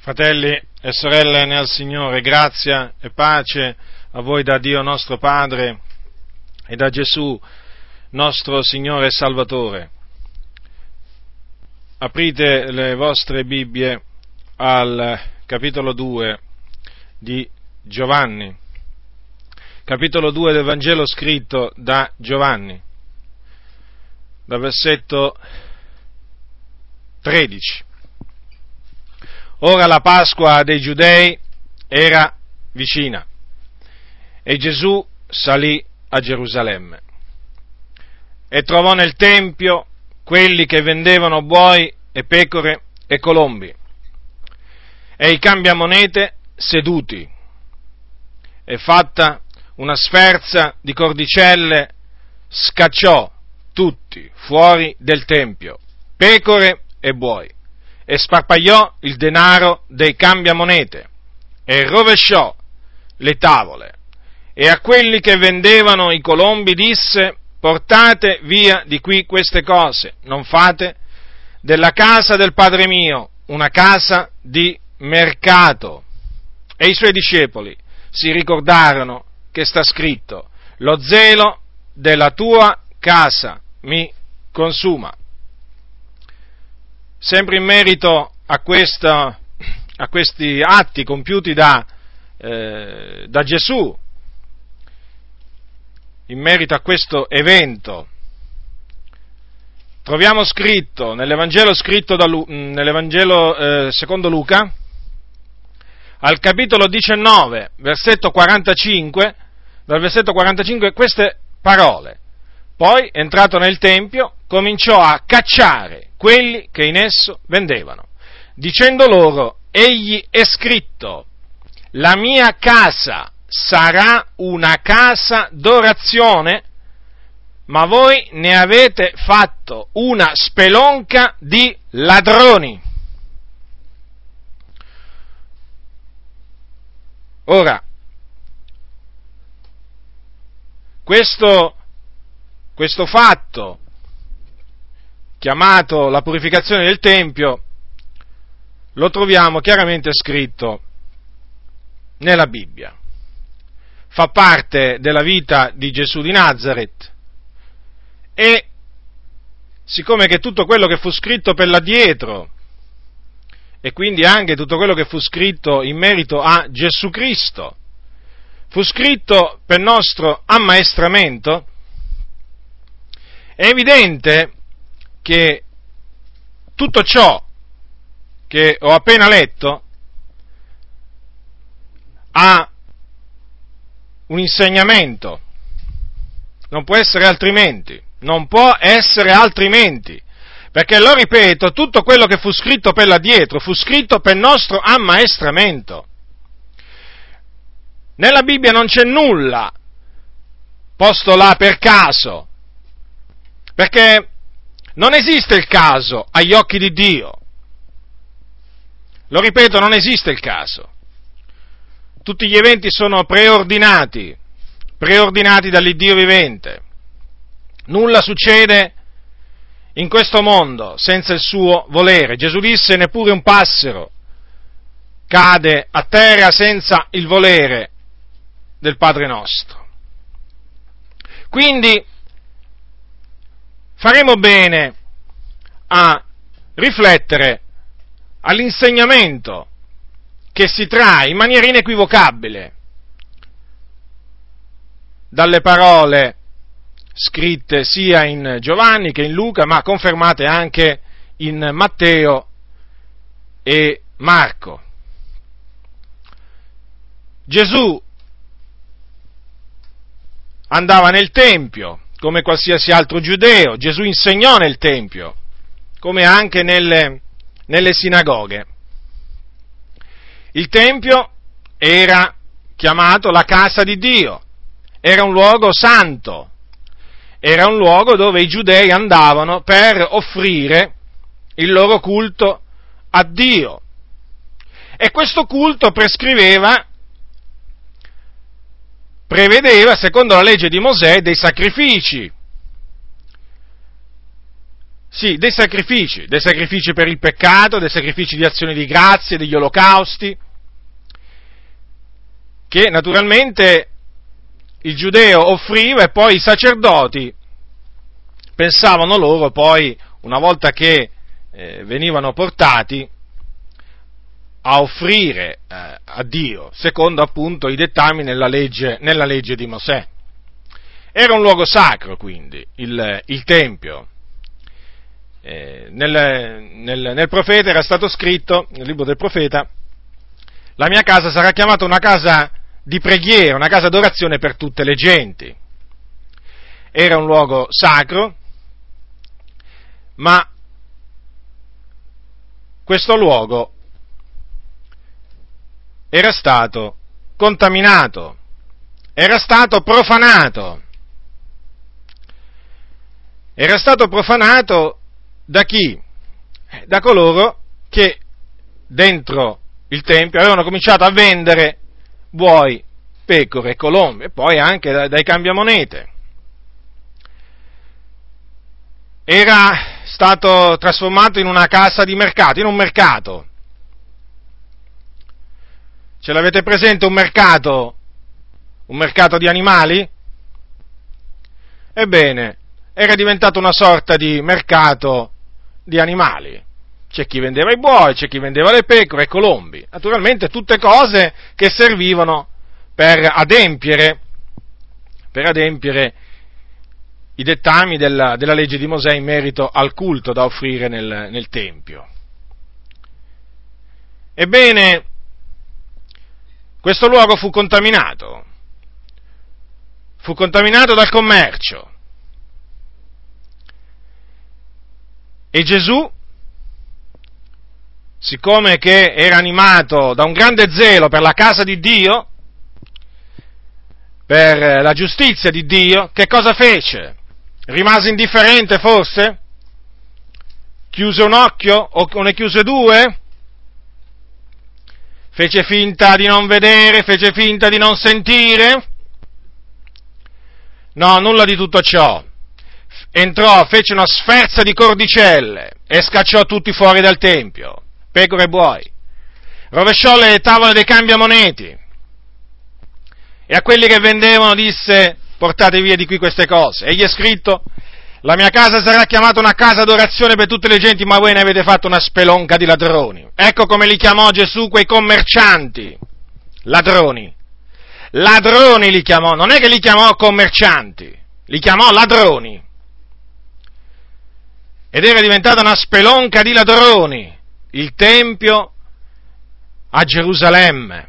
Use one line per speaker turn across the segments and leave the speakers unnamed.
Fratelli e sorelle nel Signore, grazia e pace a voi da Dio nostro Padre e da Gesù nostro Signore e Salvatore. Aprite le vostre Bibbie al capitolo 2 di Giovanni, capitolo 2 del Vangelo scritto da Giovanni, dal versetto 13. Ora la Pasqua dei Giudei era vicina e Gesù salì a Gerusalemme e trovò nel Tempio quelli che vendevano buoi e pecore e colombi e i cambiamonete seduti, e fatta una sferza di cordicelle scacciò tutti fuori del Tempio, pecore e buoi, e sparpagliò il denaro dei cambiamonete e rovesciò le tavole, e a quelli che vendevano i colombi disse: portate via di qui queste cose, non fate della casa del Padre mio una casa di mercato. E i suoi discepoli si ricordarono che sta scritto: lo zelo della tua casa mi consuma. Sempre in merito a questi atti compiuti da Gesù, in merito a questo evento, troviamo scritto nell'Evangelo secondo Luca, al capitolo 19, versetto 45, dal versetto 45, queste parole: poi, entrato nel Tempio, cominciò a cacciare quelli che in esso vendevano, dicendo loro: egli è scritto, la mia casa sarà una casa d'orazione, ma voi ne avete fatto una spelonca di ladroni. Ora, questo fatto, chiamato la purificazione del Tempio, lo troviamo chiaramente scritto nella Bibbia. Fa parte della vita di Gesù di Nazaret, e siccome che tutto quello che fu scritto per l'addietro, e quindi anche tutto quello che fu scritto in merito a Gesù Cristo, fu scritto per nostro ammaestramento, è evidente che tutto ciò che ho appena letto ha un insegnamento, non può essere altrimenti, perché, lo ripeto, tutto quello che fu scritto per l'addietro fu scritto per nostro ammaestramento. Nella Bibbia non c'è nulla posto là per caso, perché non esiste il caso agli occhi di Dio. Lo ripeto, non esiste il caso. Tutti gli eventi sono preordinati dall'Iddio vivente. Nulla succede in questo mondo senza il suo volere. Gesù disse: neppure un passero cade a terra senza il volere del Padre nostro. Quindi faremo bene a riflettere all'insegnamento che si trae in maniera inequivocabile dalle parole scritte sia in Giovanni che in Luca, ma confermate anche in Matteo e Marco. Gesù andava nel Tempio come qualsiasi altro giudeo, Gesù insegnò nel Tempio, come anche nelle sinagoghe. Il Tempio era chiamato la casa di Dio, era un luogo santo, era un luogo dove i giudei andavano per offrire il loro culto a Dio, e questo culto prevedeva, secondo la legge di Mosè, dei sacrifici sì, dei sacrifici per il peccato, dei sacrifici di azione di grazie, degli olocausti, che naturalmente il giudeo offriva e poi i sacerdoti pensavano loro poi, una volta che venivano portati, a offrire a Dio, secondo appunto i dettami nella legge di Mosè. Era un luogo sacro, quindi, il Tempio. Nel profeta era stato scritto, nel libro del profeta, la mia casa sarà chiamata una casa di preghiera, una casa d'orazione per tutte le genti. Era un luogo sacro, ma questo luogo era stato contaminato, era stato profanato. Era stato profanato da chi? Da coloro che dentro il Tempio avevano cominciato a vendere buoi, pecore e colombe, e poi anche dai cambiamonete. Era stato trasformato in una casa di mercato, in un mercato. Ce l'avete presente un mercato di animali? Ebbene, era diventato una sorta di mercato di animali. C'è chi vendeva i buoi, c'è chi vendeva le pecore e i colombi. Naturalmente tutte cose che servivano per adempiere i dettami della legge di Mosè in merito al culto da offrire nel Tempio. Ebbene, questo luogo fu contaminato dal commercio. E Gesù, siccome che era animato da un grande zelo per la casa di Dio, per la giustizia di Dio, che cosa fece? Rimase indifferente forse? Chiuse un occhio o ne chiuse due? Fece finta di non vedere, fece finta di non sentire? No, nulla di tutto ciò. Entrò, fece una sferza di cordicelle e scacciò tutti fuori dal Tempio, pecore e buoi. Rovesciò le tavole dei cambiamoneti e a quelli che vendevano disse: portate via di qui queste cose. Egli è scritto: la mia casa sarà chiamata una casa d'orazione per tutte le genti, ma voi ne avete fatto una spelonca di ladroni. Ecco come li chiamò Gesù quei commercianti, ladroni. Ladroni li chiamò, non è che li chiamò commercianti, li chiamò ladroni. Ed era diventata una spelonca di ladroni, il Tempio a Gerusalemme.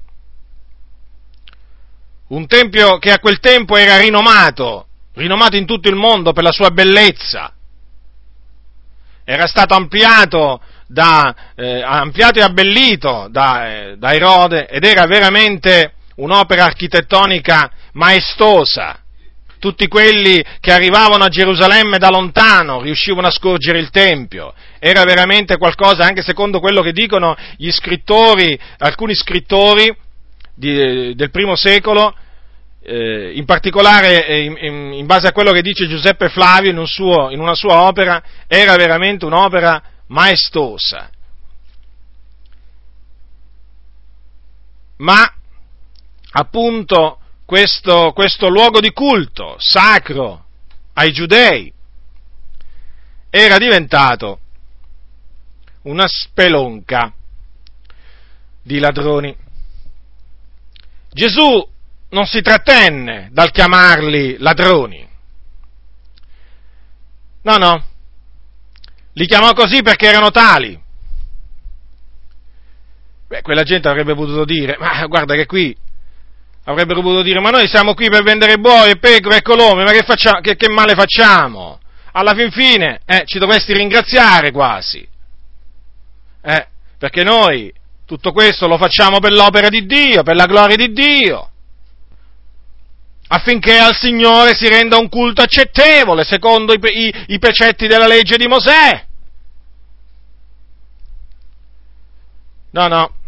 Un Tempio che a quel tempo era rinomato in tutto il mondo per la sua bellezza. Era stato ampliato e abbellito da Erode ed era veramente un'opera architettonica maestosa. Tutti quelli che arrivavano a Gerusalemme da lontano riuscivano a scorgere il Tempio. Era veramente qualcosa, anche secondo quello che dicono gli scrittori, alcuni scrittori del primo secolo, in particolare in base a quello che dice Giuseppe Flavio in una sua opera, era veramente un'opera maestosa. Ma appunto questo luogo di culto sacro ai giudei era diventato una spelonca di ladroni. Gesù non si trattenne dal chiamarli ladroni. No, li chiamò così perché erano tali. Quella gente avrebbe potuto dire: ma guarda che qui, avrebbero potuto dire: ma noi siamo qui per vendere buoi e pecore e colombe, ma che male facciamo? Alla fin fine ci dovresti ringraziare quasi, perché noi tutto questo lo facciamo per l'opera di Dio, per la gloria di Dio, affinché al Signore si renda un culto accettevole, secondo i precetti della legge di Mosè. No.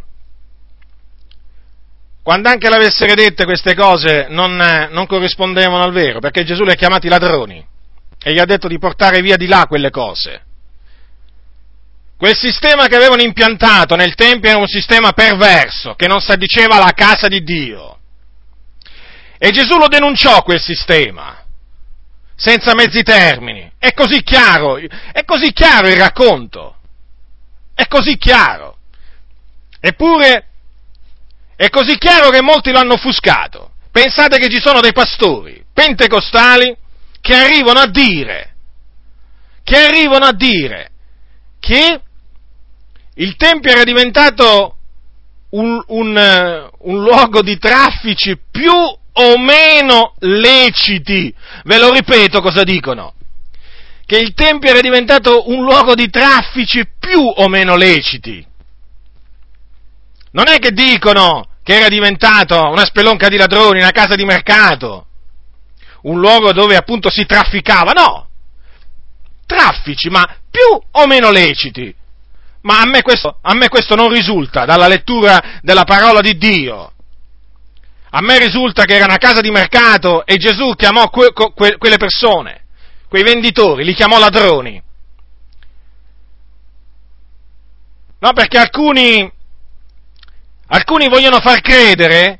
Quando anche l'avessero dette queste cose non corrispondevano al vero, perché Gesù li ha chiamati ladroni. e gli ha detto di portare via di là quelle cose. Quel sistema che avevano impiantato nel Tempio era un sistema perverso, che non s'addiceva alla casa di Dio. E Gesù lo denunciò quel sistema, senza mezzi termini. È così chiaro il racconto. È così chiaro. Eppure, è così chiaro che molti lo hanno offuscato. Pensate che ci sono dei pastori pentecostali che arrivano a dire che il Tempio era diventato un luogo di traffici più o meno leciti. Ve lo ripeto cosa dicono. Che il Tempio era diventato un luogo di traffici più o meno leciti. Non è che dicono che era diventato una spelonca di ladroni, una casa di mercato, un luogo dove appunto si trafficava, no. Traffici, ma più o meno leciti. Ma a me questo non risulta dalla lettura della parola di Dio. A me risulta che era una casa di mercato e Gesù chiamò quelle persone, quei venditori, li chiamò ladroni. No, perché alcuni vogliono far credere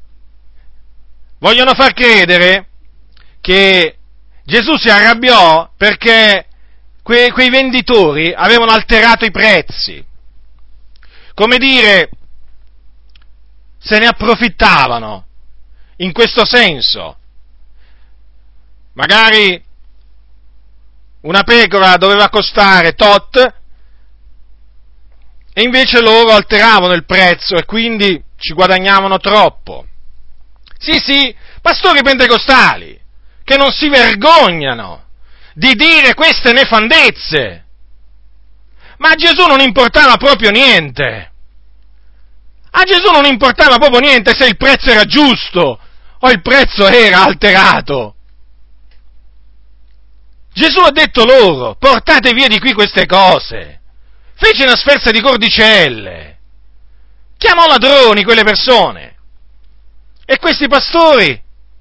che Gesù si arrabbiò perché quei venditori avevano alterato i prezzi. Come dire, se ne approfittavano, in questo senso. Magari una pecora doveva costare tot, e invece loro alteravano il prezzo e quindi ci guadagnavano troppo. Sì, pastori pentecostali, che non si vergognano di dire queste nefandezze. Ma a Gesù non importava proprio niente. A Gesù non importava proprio niente se il prezzo era giusto o il prezzo era alterato. Gesù ha detto loro: portate via di qui queste cose. Fece una sferza di cordicelle. Chiamò ladroni quelle persone. E questi pastori,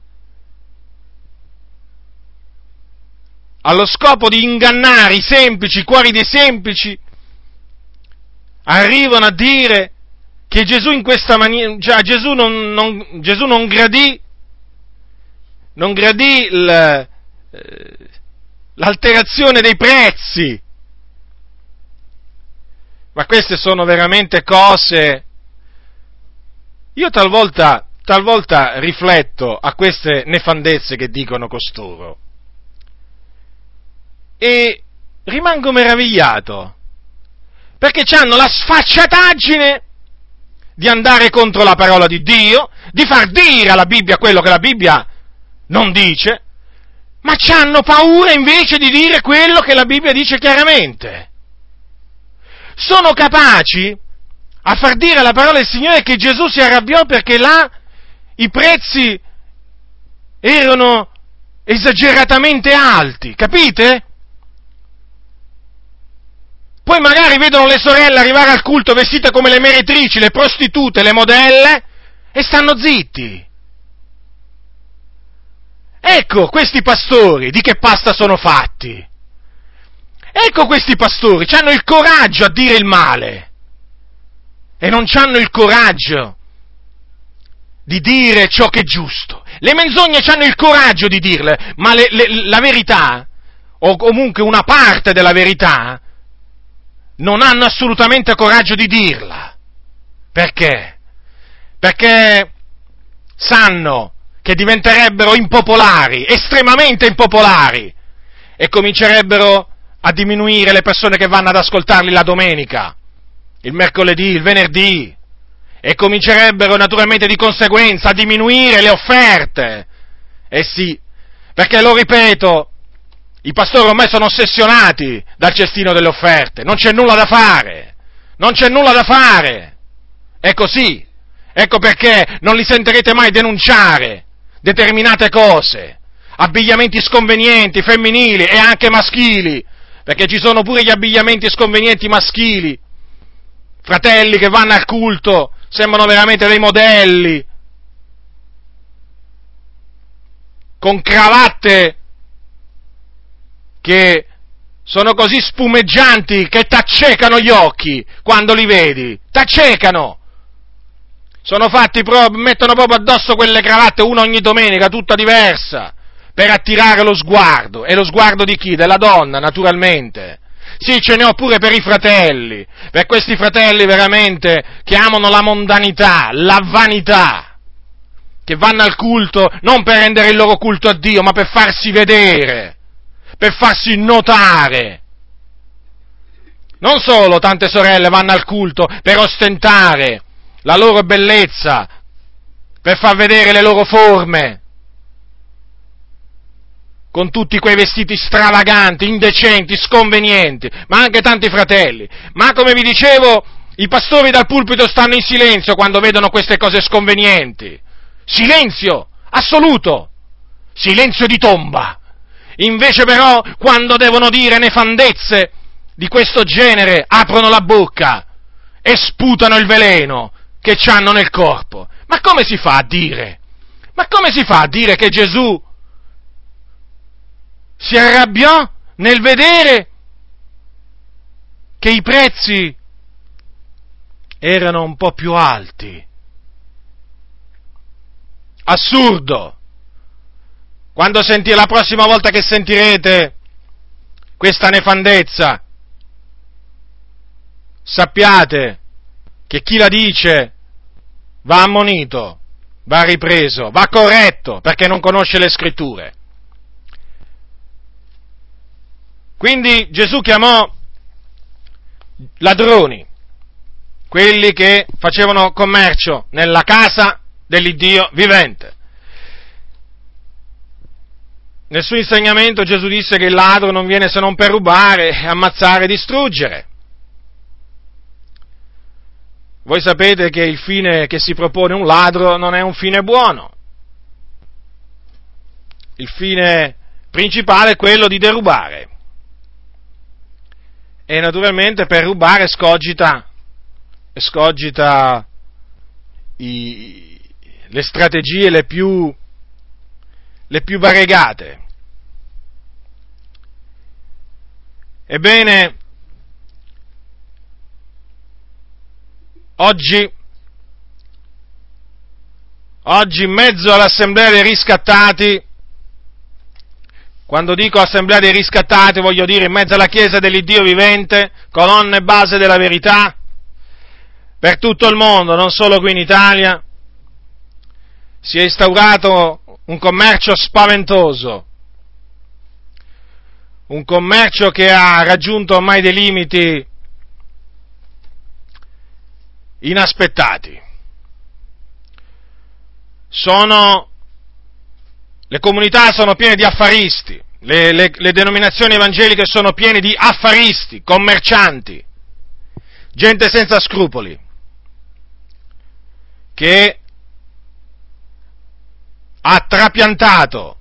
allo scopo di ingannare i semplici, i cuori dei semplici, arrivano a dire che Gesù in questa maniera, cioè Gesù non gradì l'alterazione dei prezzi. Ma queste sono veramente cose. Io talvolta rifletto a queste nefandezze che dicono costoro e rimango meravigliato, perché hanno la sfacciataggine di andare contro la parola di Dio, di far dire alla Bibbia quello che la Bibbia non dice, ma hanno paura invece di dire quello che la Bibbia dice chiaramente. Sono capaci a far dire alla parola del Signore che Gesù si arrabbiò perché là i prezzi erano esageratamente alti, capite? Poi magari vedono le sorelle arrivare al culto vestite come le meretrici, le prostitute, le modelle, e stanno zitti. Ecco questi pastori di che pasta sono fatti. Ecco questi pastori, hanno il coraggio a dire il male e non hanno il coraggio di dire ciò che è giusto. Le menzogne hanno il coraggio di dirle, ma la verità, o comunque una parte della verità, non hanno assolutamente coraggio di dirla. Perché? Perché sanno che diventerebbero impopolari, estremamente impopolari, e comincerebbero a diminuire le persone che vanno ad ascoltarli la domenica, il mercoledì, il venerdì, e comincerebbero naturalmente di conseguenza a diminuire le offerte. Sì, perché lo ripeto, i pastori ormai sono ossessionati dal cestino delle offerte, non c'è nulla da fare, è così. Ecco perché non li sentirete mai denunciare determinate cose, abbigliamenti sconvenienti, femminili e anche maschili, perché ci sono pure gli abbigliamenti sconvenienti maschili, fratelli che vanno al culto, sembrano veramente dei modelli, con cravatte che sono così spumeggianti che t'accecano gli occhi quando li vedi, t'accecano. Sono fatti mettono proprio addosso quelle cravatte, una ogni domenica, tutta diversa, per attirare lo sguardo. E lo sguardo di chi? Della donna, naturalmente. Sì, ce ne ho pure per i fratelli, per questi fratelli veramente che amano la mondanità, la vanità, che vanno al culto non per rendere il loro culto a Dio, ma per farsi vedere, per farsi notare. Non solo tante sorelle vanno al culto per ostentare la loro bellezza, per far vedere le loro forme, con tutti quei vestiti stravaganti, indecenti, sconvenienti, ma anche tanti fratelli. Ma come vi dicevo, i pastori dal pulpito stanno in silenzio quando vedono queste cose sconvenienti. Silenzio assoluto, silenzio di tomba. Invece però, quando devono dire nefandezze di questo genere, aprono la bocca e sputano il veleno che c'hanno nel corpo. Ma come si fa a dire? Ma come si fa a dire che Gesù si arrabbiò nel vedere che i prezzi erano un po' più alti? Assurdo! Quando la prossima volta che sentirete questa nefandezza, sappiate che chi la dice va ammonito, va ripreso, va corretto, perché non conosce le Scritture. Quindi Gesù chiamò ladroni, quelli che facevano commercio nella casa dell'Iddio vivente. Nel suo insegnamento Gesù disse che il ladro non viene se non per rubare, ammazzare e distruggere. Voi sapete che il fine che si propone un ladro non è un fine buono. Il fine principale è quello di derubare. E naturalmente per rubare escogita le strategie le più variegate. Ebbene, oggi in mezzo all'assemblea dei riscattati, quando dico assemblea dei riscattati voglio dire in mezzo alla Chiesa dell'Iddio vivente, colonna e base della verità, per tutto il mondo, non solo qui in Italia, si è instaurato un commercio spaventoso, un commercio che ha raggiunto ormai dei limiti inaspettati. Le comunità sono piene di affaristi, le denominazioni evangeliche sono piene di affaristi, commercianti, gente senza scrupoli, che ha trapiantato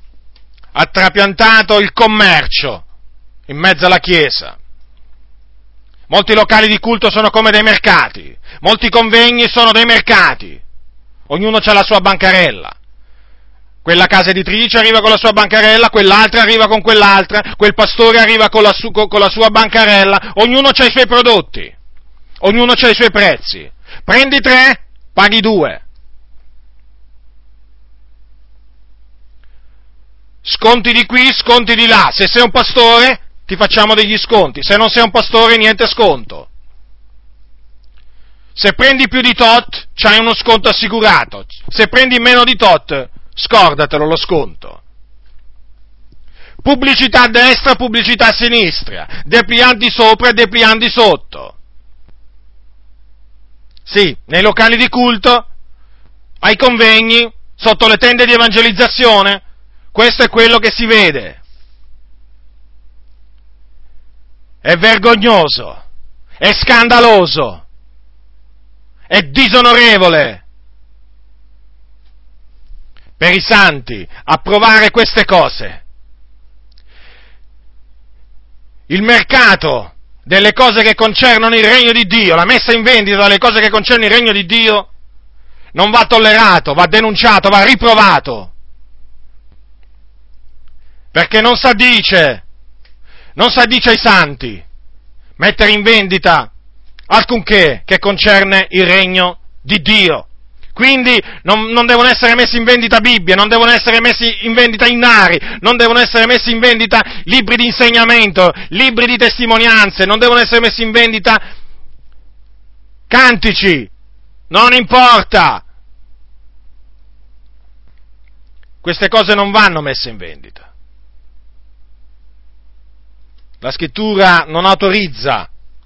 il commercio in mezzo alla Chiesa. Molti locali di culto sono come dei mercati, molti convegni sono dei mercati, ognuno ha la sua bancarella. Quella casa editrice arriva con la sua bancarella, quell'altra arriva con quell'altra, quel pastore arriva con la sua bancarella, ognuno ha i suoi prodotti, ognuno ha i suoi prezzi. Prendi 3, paghi 2. Sconti di qui, sconti di là. Se sei un pastore, ti facciamo degli sconti. Se non sei un pastore, niente sconto. Se prendi più di tot, c'hai uno sconto assicurato. Se prendi meno di tot, scordatelo lo sconto. Pubblicità a destra, pubblicità a sinistra, deplianti sopra e deplianti sotto. Sì, nei locali di culto, ai convegni, sotto le tende di evangelizzazione, questo è quello che si vede. È vergognoso, è scandaloso, è disonorevole per i santi approvare queste cose. Il mercato delle cose che concernono il regno di Dio, la messa in vendita delle cose che concernono il regno di Dio, non va tollerato, va denunciato, va riprovato. Perché non s'addice non s'addice ai santi mettere in vendita alcunché che concerne il regno di Dio. Quindi non devono essere messi in vendita Bibbie, non devono essere messi in vendita innari, non devono essere messi in vendita libri di insegnamento, libri di testimonianze, non devono essere messi in vendita cantici, non importa. Queste cose non vanno messe in vendita. La Scrittura non autorizza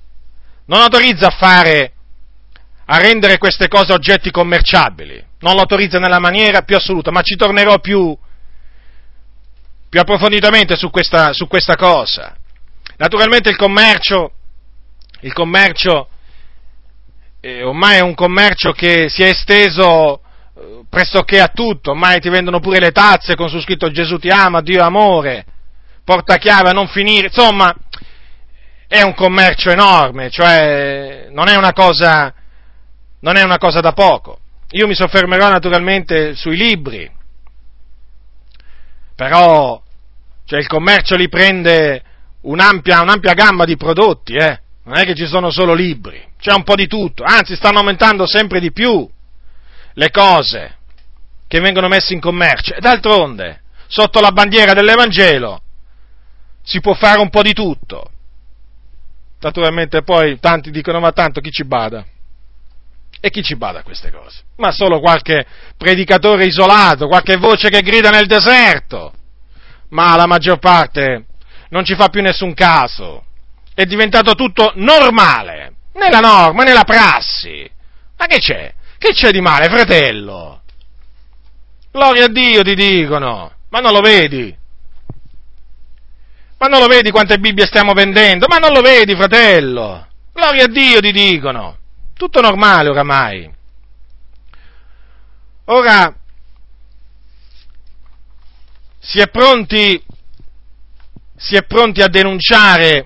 a rendere queste cose oggetti commerciabili, non lo autorizza nella maniera più assoluta, ma ci tornerò più approfonditamente su questa cosa. Naturalmente il commercio ormai è un commercio che si è esteso pressoché a tutto, ormai ti vendono pure le tazze con su scritto Gesù ti ama, Dio è amore, porta chiave a non finire, insomma, è un commercio enorme, cioè non è una cosa da poco. Io mi soffermerò naturalmente sui libri, però cioè, il commercio li prende un'ampia gamma di prodotti, non è che ci sono solo libri, c'è un po' di tutto, anzi stanno aumentando sempre di più le cose che vengono messe in commercio, e d'altronde, sotto la bandiera dell'Evangelo, si può fare un po' di tutto. Naturalmente poi tanti dicono, ma tanto chi ci bada? E chi ci bada a queste cose? Ma solo qualche predicatore isolato, qualche voce che grida nel deserto, ma la maggior parte non ci fa più nessun caso, è diventato tutto normale, nella norma, nella prassi. Ma che c'è? Che c'è di male, fratello? Gloria a Dio ti dicono, ma non lo vedi? Ma non lo vedi quante Bibbie stiamo vendendo? Ma non lo vedi, fratello? Gloria a Dio ti dicono, tutto normale oramai. Ora, si è pronti a denunciare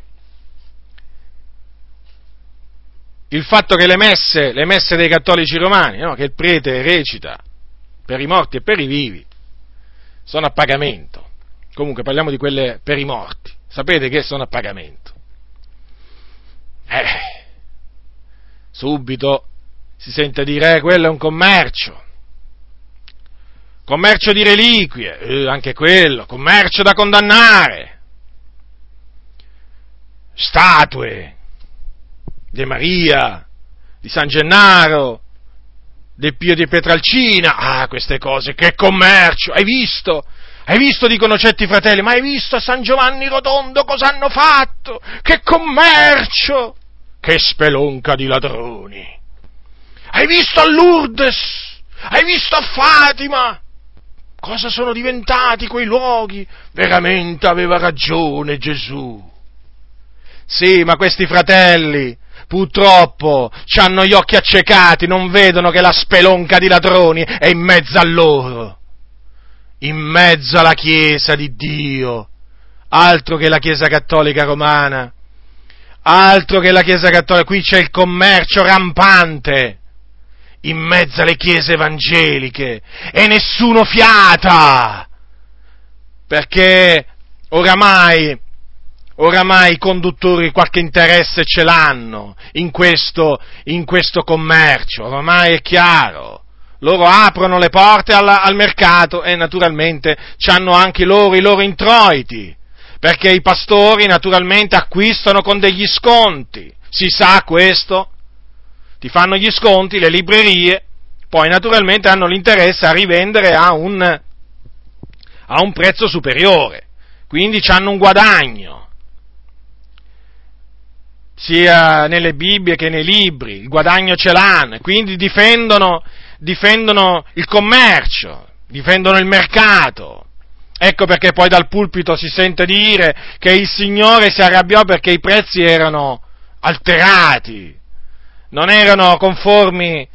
il fatto che le messe dei cattolici romani, no, che il prete recita per i morti e per i vivi, sono a pagamento. Comunque parliamo di quelle per i morti. Sapete che sono a pagamento? Subito si sente dire, quello è un commercio di reliquie, anche quello, commercio da condannare, statue di Maria, di San Gennaro, del Pio di Pietralcina, queste cose, che commercio, hai visto, dicono certi fratelli, ma hai visto a San Giovanni Rotondo cosa hanno fatto? Che commercio! Che spelonca di ladroni! Hai visto a Lourdes? Hai visto a Fatima? Cosa sono diventati quei luoghi? Veramente aveva ragione Gesù. Sì, ma questi fratelli, purtroppo, c'hanno gli occhi accecati, non vedono che la spelonca di ladroni è in mezzo a loro. In mezzo alla Chiesa di Dio, altro che la Chiesa Cattolica Romana, altro che la Chiesa Cattolica, qui c'è il commercio rampante, in mezzo alle chiese evangeliche, e nessuno fiata, perché oramai i conduttori qualche interesse ce l'hanno in questo commercio, oramai è chiaro. Loro aprono le porte al mercato e naturalmente c'hanno anche i loro introiti, perché i pastori naturalmente acquistano con degli sconti, si sa questo, ti fanno gli sconti, le librerie, poi naturalmente hanno l'interesse a rivendere a un prezzo superiore, quindi c'hanno un guadagno, sia nelle Bibbie che nei libri, il guadagno ce l'hanno, quindi difendono il commercio, difendono il mercato. Ecco perché poi dal pulpito si sente dire che il Signore si arrabbiò perché i prezzi erano alterati, non erano conformi,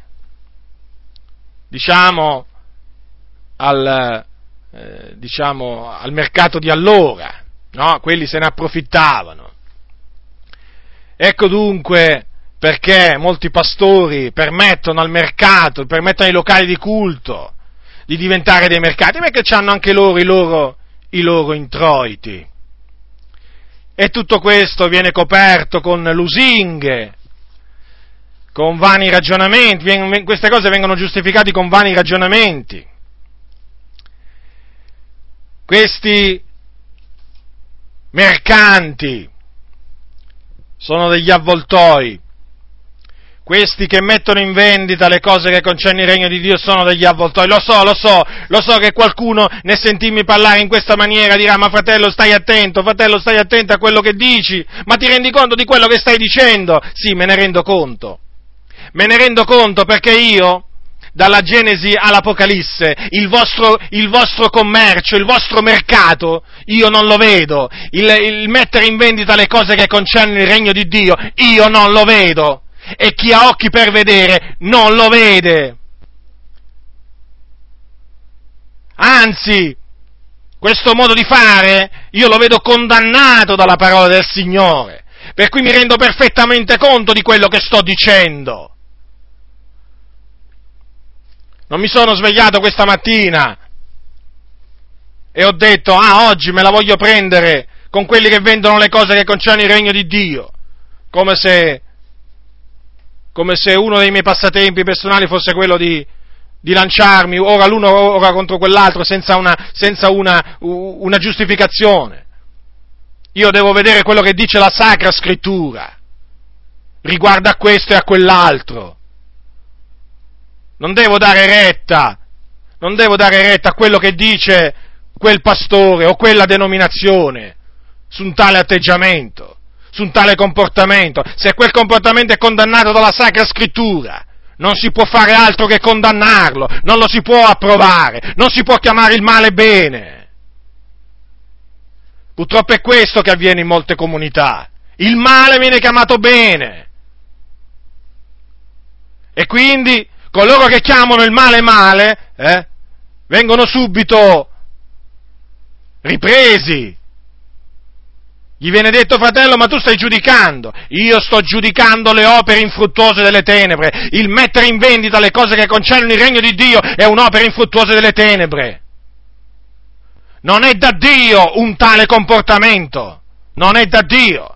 al mercato di allora, no? Quelli se ne approfittavano. Ecco dunque perché molti pastori permettono ai locali di culto di diventare dei mercati, perché hanno anche loro i loro introiti. E tutto questo viene coperto con lusinghe, con vani ragionamenti, queste cose vengono giustificate con vani ragionamenti. Questi mercanti sono degli avvoltoi. Questi che mettono in vendita le cose che concernono il regno di Dio sono degli avvoltoi. Lo so che qualcuno nel sentirmi parlare in questa maniera dirà: ma fratello stai attento a quello che dici, ma ti rendi conto di quello che stai dicendo? Sì, me ne rendo conto perché io, dalla Genesi all'Apocalisse, il vostro commercio, il vostro mercato, io non lo vedo. Il mettere in vendita le cose che concernono il regno di Dio, io non lo vedo. E chi ha occhi per vedere non lo vede. Anzi, questo modo di fare io lo vedo condannato dalla parola del Signore, per cui mi rendo perfettamente conto di quello che sto dicendo. Non mi sono svegliato questa mattina e ho detto: oggi me la voglio prendere con quelli che vendono le cose che concernono il regno di Dio, come se uno dei miei passatempi personali fosse quello di lanciarmi ora l'uno ora contro quell'altro senza una giustificazione. Io devo vedere quello che dice la Sacra Scrittura riguardo a questo e a quell'altro. Non devo dare retta a quello che dice quel pastore o quella denominazione su un tale atteggiamento, su un tale comportamento. Se quel comportamento è condannato dalla Sacra Scrittura, non si può fare altro che condannarlo, non lo si può approvare, non si può chiamare il male bene. Purtroppo è questo che avviene in molte comunità. Il male viene chiamato bene. E quindi coloro che chiamano il male male, vengono subito ripresi. Gli viene detto: fratello, ma tu stai giudicando. Io sto giudicando le opere infruttuose delle tenebre. Il mettere in vendita le cose che concernono il regno di Dio è un'opera infruttuosa delle tenebre. Non è da Dio un tale comportamento. Non è da Dio.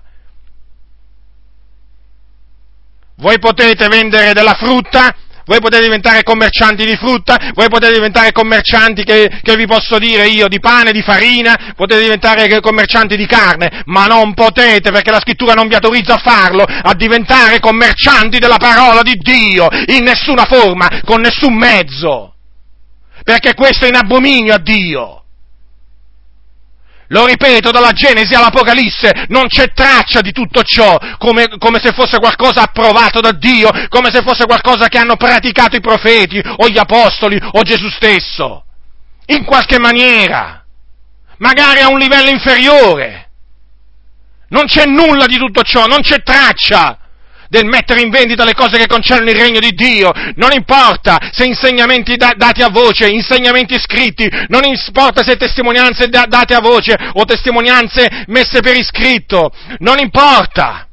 Voi potete vendere della frutta, voi potete diventare commercianti di frutta, voi potete diventare commercianti, che vi posso dire io, di pane, di farina, potete diventare commercianti di carne, ma non potete, perché la Scrittura non vi autorizza a farlo, a diventare commercianti della parola di Dio, in nessuna forma, con nessun mezzo, perché questo è in abominio a Dio. Lo ripeto, dalla Genesi all'Apocalisse non c'è traccia di tutto ciò, come se fosse qualcosa approvato da Dio, come se fosse qualcosa che hanno praticato i profeti, o gli apostoli, o Gesù stesso. In qualche maniera, magari a un livello inferiore. Non c'è nulla di tutto ciò, non c'è traccia del mettere in vendita le cose che concernono il regno di Dio. Non importa se insegnamenti dati a voce, insegnamenti scritti, non importa se testimonianze date a voce o testimonianze messe per iscritto, non importa,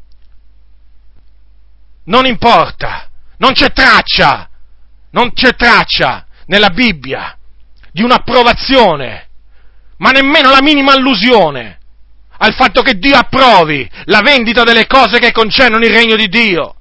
non c'è traccia nella Bibbia di un'approvazione, ma nemmeno la minima allusione al fatto che Dio approvi la vendita delle cose che concernono il regno di Dio.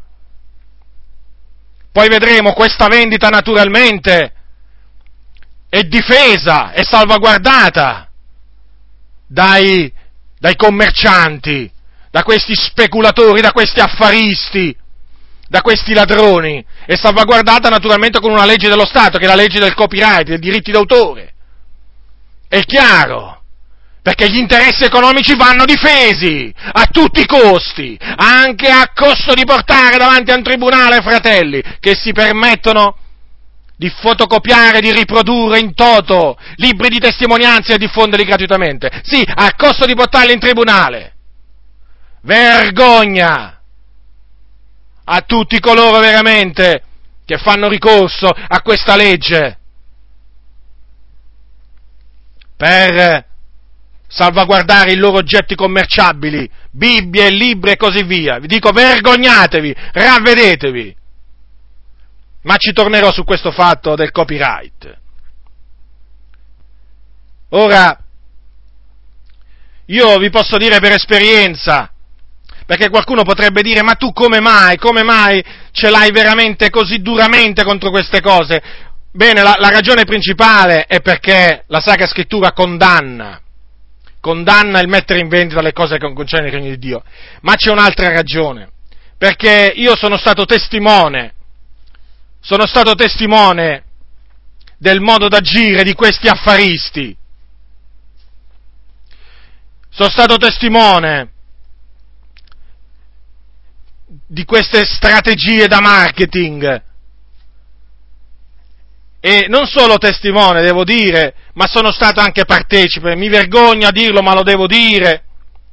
Poi vedremo, questa vendita naturalmente è difesa, è salvaguardata dai commercianti, da questi speculatori, da questi affaristi, da questi ladroni, è salvaguardata naturalmente con una legge dello Stato, che è la legge del copyright, dei diritti d'autore. È chiaro. Perché gli interessi economici vanno difesi a tutti i costi, anche a costo di portare davanti a un tribunale fratelli che si permettono di fotocopiare, di riprodurre in toto libri di testimonianze e diffonderli gratuitamente. Sì, a costo di portarli in tribunale. Vergogna a tutti coloro veramente che fanno ricorso a questa legge per salvaguardare i loro oggetti commerciabili, Bibbie, libri e così via. Vi dico, vergognatevi, ravvedetevi. Ma ci tornerò su questo fatto del copyright. Ora, Io vi posso dire per esperienza, perché qualcuno potrebbe dire: ma tu come mai ce l'hai veramente così duramente contro queste cose? Bene, la ragione principale è perché la Sacra Scrittura condanna il mettere in vendita le cose che concernono il regno di Dio, ma c'è un'altra ragione, perché io sono stato testimone del modo d'agire di questi affaristi, sono stato testimone di queste strategie da marketing, e non solo testimone, devo dire, ma sono stato anche partecipe. Mi vergogno a dirlo, ma lo devo dire.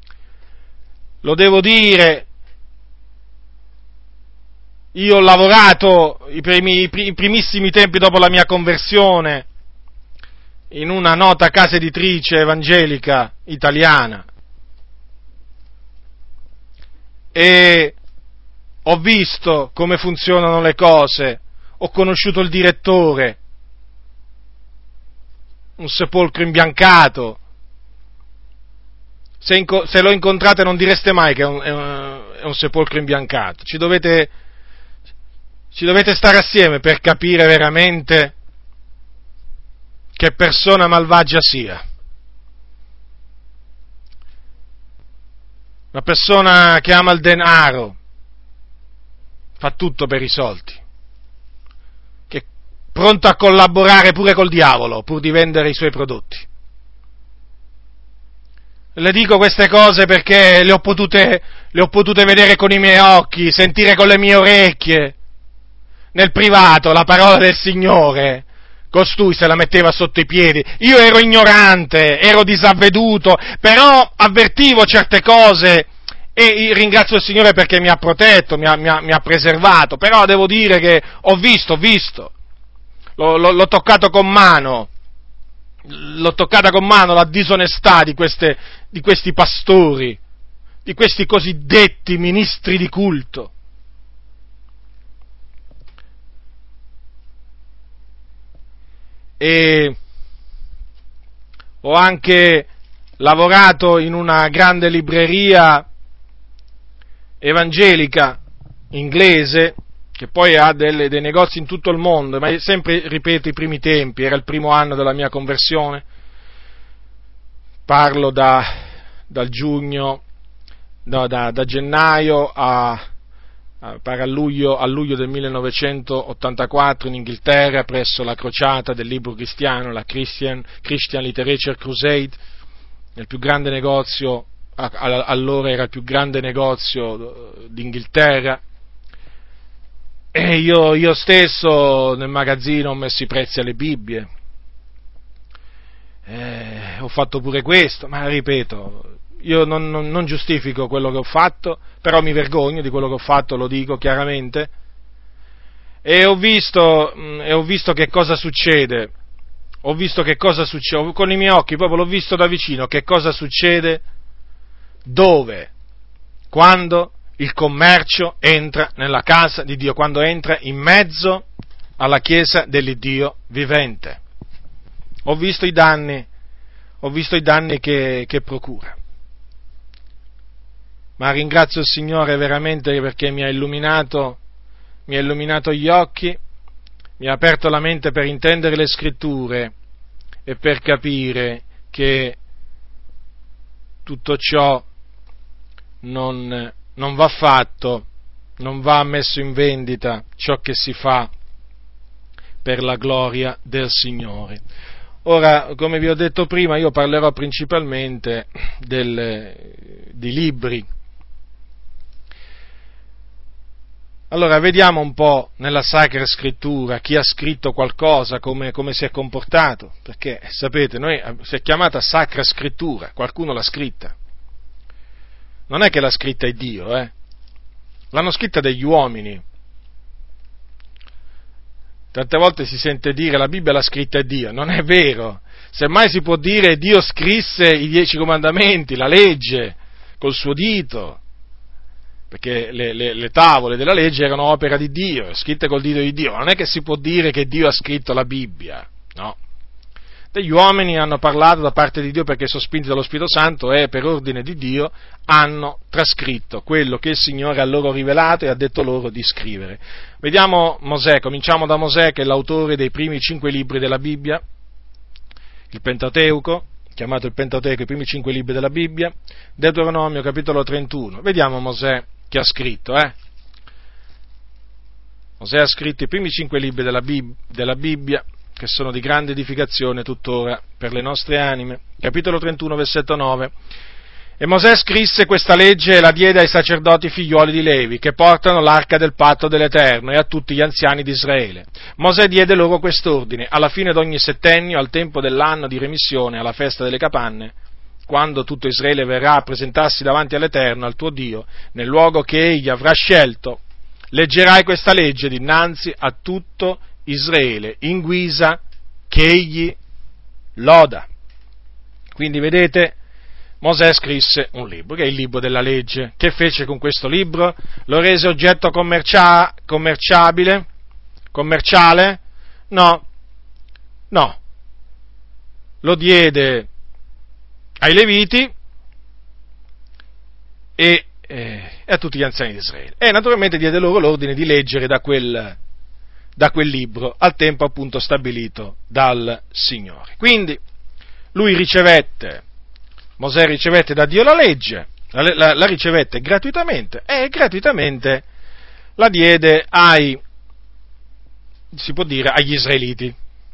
Io ho lavorato i primissimi tempi dopo la mia conversione in una nota casa editrice evangelica italiana, e ho visto come funzionano le cose. Ho conosciuto il direttore, un sepolcro imbiancato. Se lo incontrate non direste mai che è un sepolcro imbiancato. Ci dovete stare assieme per capire veramente che persona malvagia sia. Una persona che ama il denaro, fa tutto per i soldi, che è pronto a collaborare pure col diavolo pur di vendere i suoi prodotti. Le dico queste cose perché le ho potute vedere con i miei occhi, sentire con le mie orecchie, nel privato, la parola del Signore. Costui se la metteva sotto i piedi. Io ero ignorante, ero disavveduto, però avvertivo certe cose e ringrazio il Signore perché mi ha protetto, mi ha preservato. Però devo dire che ho visto, l'ho toccato con mano. L'ho toccata con mano la disonestà di questi pastori, di questi cosiddetti ministri di culto. E ho anche lavorato in una grande libreria evangelica inglese, che poi ha dei negozi in tutto il mondo, ma sempre, ripeto, i primi tempi, era il primo anno della mia conversione, parlo da gennaio a luglio del 1984 in Inghilterra, presso la crociata del libro cristiano, la Christian Literature Crusade, nel più grande negozio, allora era il più grande negozio d'Inghilterra. E io stesso nel magazzino ho messo i prezzi alle Bibbie, ho fatto pure questo, ma ripeto, io non giustifico quello che ho fatto, però mi vergogno di quello che ho fatto, lo dico chiaramente, e ho visto che cosa succede, con i miei occhi proprio l'ho visto da vicino, che cosa succede, dove, quando il commercio entra nella casa di Dio, quando entra in mezzo alla chiesa dell'Iddio vivente. Ho visto i danni che procura. Ma ringrazio il Signore veramente perché mi ha illuminato gli occhi, mi ha aperto la mente per intendere le Scritture e per capire che tutto ciò non va fatto, non va messo in vendita, ciò che si fa per la gloria del Signore. Ora, come vi ho detto prima, io parlerò principalmente di libri. Allora, vediamo un po' nella Sacra Scrittura chi ha scritto qualcosa, come si è comportato, perché sapete, si è chiamata Sacra Scrittura, qualcuno l'ha scritta. Non è che l'ha scritta è Dio, l'hanno scritta degli uomini. Tante volte si sente dire la Bibbia l'ha scritta è Dio, non è vero. Semmai si può dire Dio scrisse i 10 comandamenti, la legge, col suo dito, perché le tavole della legge erano opera di Dio, scritte col dito di Dio. Non è che si può dire che Dio ha scritto la Bibbia, no. degli uomini hanno parlato da parte di Dio perché sospinti dallo Spirito Santo e per ordine di Dio hanno trascritto quello che il Signore ha loro rivelato e ha detto loro di scrivere. Vediamo Mosè, cominciamo da Mosè che è l'autore dei primi 5 libri della Bibbia, il Pentateuco, chiamato il Pentateuco, i primi 5 libri della Bibbia, Deuteronomio capitolo 31. Vediamo Mosè che ha scritto, Mosè ha scritto i primi 5 libri della Bibbia, che sono di grande edificazione tuttora per le nostre anime. Capitolo 31, versetto 9. E Mosè scrisse questa legge e la diede ai sacerdoti figliuoli di Levi, che portano l'arca del patto dell'Eterno, e a tutti gli anziani di Israele. Mosè diede loro quest'ordine: alla fine d'ogni settennio, al tempo dell'anno di remissione, alla festa delle capanne, quando tutto Israele verrà a presentarsi davanti all'Eterno, al tuo Dio, nel luogo che egli avrà scelto, leggerai questa legge dinanzi a tutto Israele, in guisa che egli loda. Quindi vedete, Mosè scrisse un libro, che è il libro della legge. Che fece con questo libro? Lo rese oggetto commerciale? No. Lo diede ai Leviti e a tutti gli anziani di Israele. E naturalmente diede loro l'ordine di leggere da quel libro al tempo appunto stabilito dal Signore. Quindi Mosè ricevette da Dio la legge, la ricevette gratuitamente e gratuitamente la diede agli israeliti.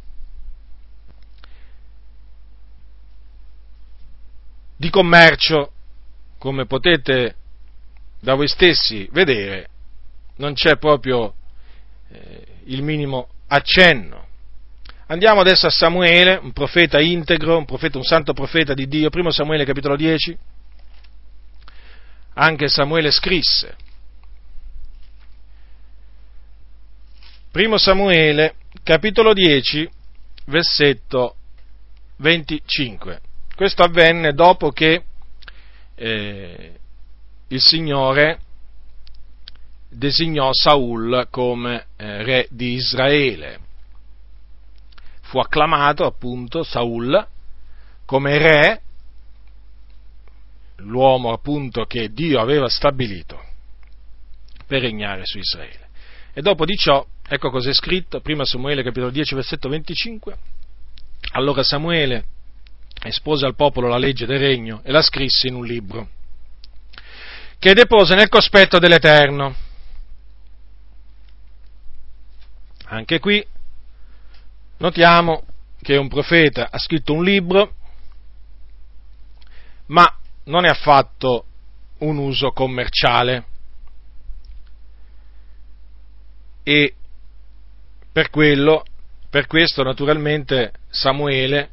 Di commercio, come potete da voi stessi vedere, non c'è proprio il minimo accenno. Andiamo adesso a Samuele, un profeta integro, un santo profeta di Dio, 1 Samuele capitolo 10. Anche Samuele scrisse. 1 Samuele capitolo 10, versetto 25. Questo avvenne dopo che il Signore designò Saul come re di Israele. Fu acclamato appunto Saul come re, l'uomo appunto che Dio aveva stabilito per regnare su Israele. E dopo di ciò, ecco cos'è scritto, 1 Samuele capitolo 10 versetto 25, allora Samuele espose al popolo la legge del regno e la scrisse in un libro, che depose nel cospetto dell'Eterno. Anche qui notiamo che un profeta ha scritto un libro, ma non ne ha fatto un uso commerciale, e per questo naturalmente Samuele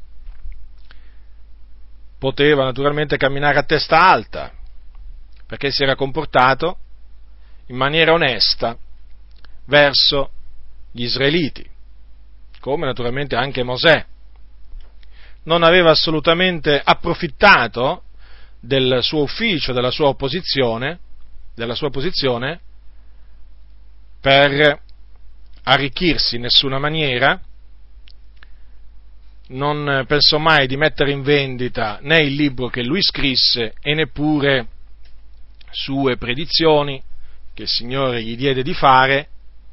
poteva naturalmente camminare a testa alta, perché si era comportato in maniera onesta verso gli israeliti, come naturalmente anche Mosè. Non aveva assolutamente approfittato del suo ufficio, della sua posizione per arricchirsi in nessuna maniera. Non pensò mai di mettere in vendita né il libro che lui scrisse e neppure sue predizioni che il Signore gli diede di fare,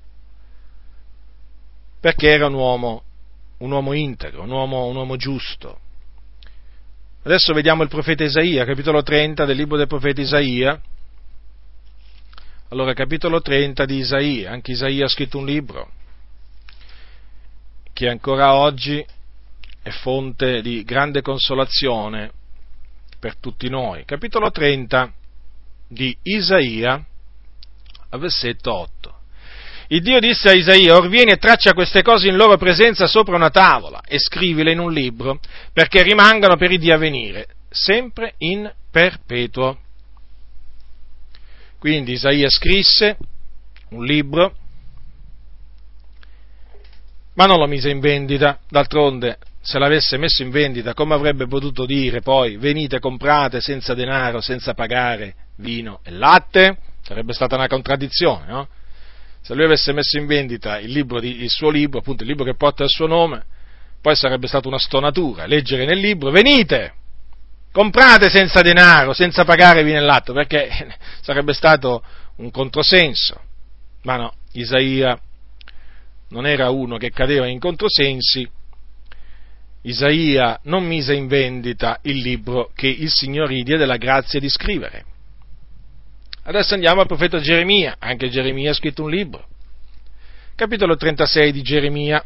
perché era un uomo integro, un uomo giusto. Adesso vediamo il profeta Isaia, capitolo 30 del libro del profeta Isaia. Allora, capitolo 30 di Isaia, anche Isaia ha scritto un libro che ancora oggi è fonte di grande consolazione per tutti noi. Capitolo 30 di Isaia, versetto 8. Il Dio disse a Isaia: or vieni e traccia queste cose in loro presenza sopra una tavola e scrivile in un libro, perché rimangano per i dì a venire, sempre in perpetuo. Quindi Isaia scrisse un libro, ma non lo mise in vendita. D'altronde, se l'avesse messo in vendita, come avrebbe potuto dire poi: venite, comprate senza denaro, senza pagare vino e latte? Sarebbe stata una contraddizione, no? Se lui avesse messo in vendita il suo libro, appunto il libro che porta il suo nome, poi sarebbe stata una stonatura leggere nel libro: venite, comprate senza denaro, senza pagarevi nell'atto, perché sarebbe stato un controsenso. Ma no, Isaia non era uno che cadeva in controsensi. Isaia non mise in vendita il libro che il Signore gli diede la grazia di scrivere. Adesso andiamo al profeta Geremia. Anche Geremia ha scritto un libro. Capitolo 36 di Geremia.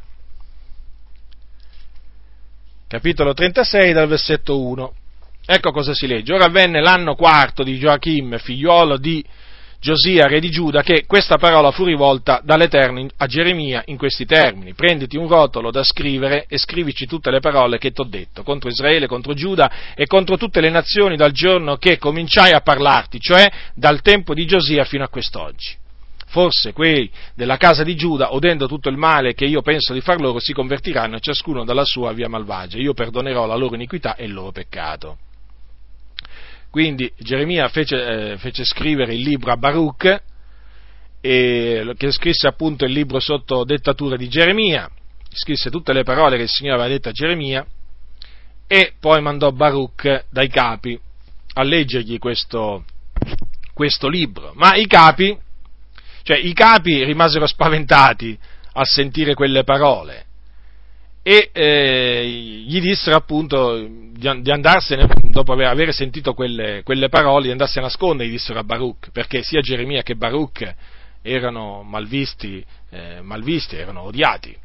Capitolo 36 dal versetto 1. Ecco cosa si legge. Ora avvenne l'anno quarto di Gioachim, figliuolo di Giosia, re di Giuda, che questa parola fu rivolta dall'Eterno a Geremia in questi termini: prenditi un rotolo da scrivere e scrivici tutte le parole che t'ho detto contro Israele, contro Giuda e contro tutte le nazioni dal giorno che cominciai a parlarti, cioè dal tempo di Giosia fino a quest'oggi. Forse quei della casa di Giuda, udendo tutto il male che io penso di far loro, si convertiranno ciascuno dalla sua via malvagia. Io perdonerò la loro iniquità e il loro peccato. Quindi Geremia fece scrivere il libro a Baruch, che scrisse appunto il libro sotto dettatura di Geremia, scrisse tutte le parole che il Signore aveva detto a Geremia, e poi mandò Baruch dai capi a leggergli questo libro. Ma i capi rimasero spaventati a sentire quelle parole e gli dissero appunto di andarsene, dopo aver sentito quelle parole, di andarsi a nascondere. Gli dissero a Baruch, perché sia Geremia che Baruch erano malvisti, erano odiati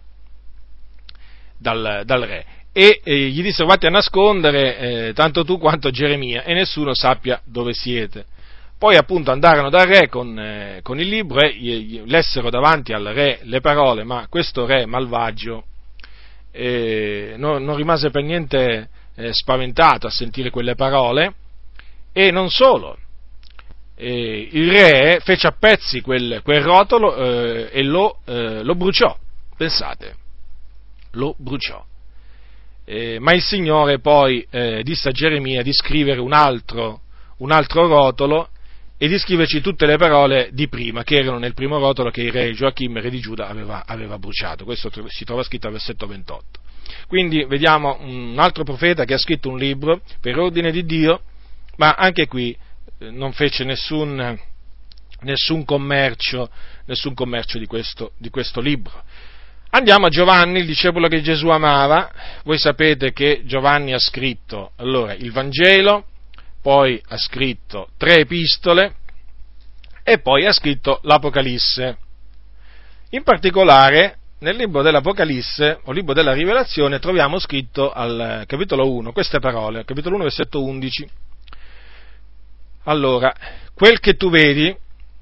dal re, e gli dissero: vatti a nascondere, tanto tu quanto Geremia, e nessuno sappia dove siete. Poi appunto andarono dal re con il libro e gli lessero davanti al re le parole, ma questo re malvagio non rimase per niente spaventato a sentire quelle parole, e non solo, il re fece a pezzi quel rotolo e lo bruciò, pensate, lo bruciò. Ma il Signore poi disse a Geremia di scrivere un altro rotolo e di scriverci tutte le parole di prima, che erano nel primo rotolo che il re Gioachim, re di Giuda, aveva bruciato. Questo si trova scritto al versetto 28. Quindi vediamo un altro profeta che ha scritto un libro per ordine di Dio, ma anche qui non fece nessun commercio di questo libro. Andiamo a Giovanni, il discepolo che Gesù amava. Voi sapete che Giovanni ha scritto allora il Vangelo, poi ha scritto 3 epistole e poi ha scritto l'Apocalisse. In particolare nel libro dell'Apocalisse o libro della Rivelazione troviamo scritto al capitolo 1 queste parole, al capitolo 1 versetto 11. Allora, quel che tu vedi,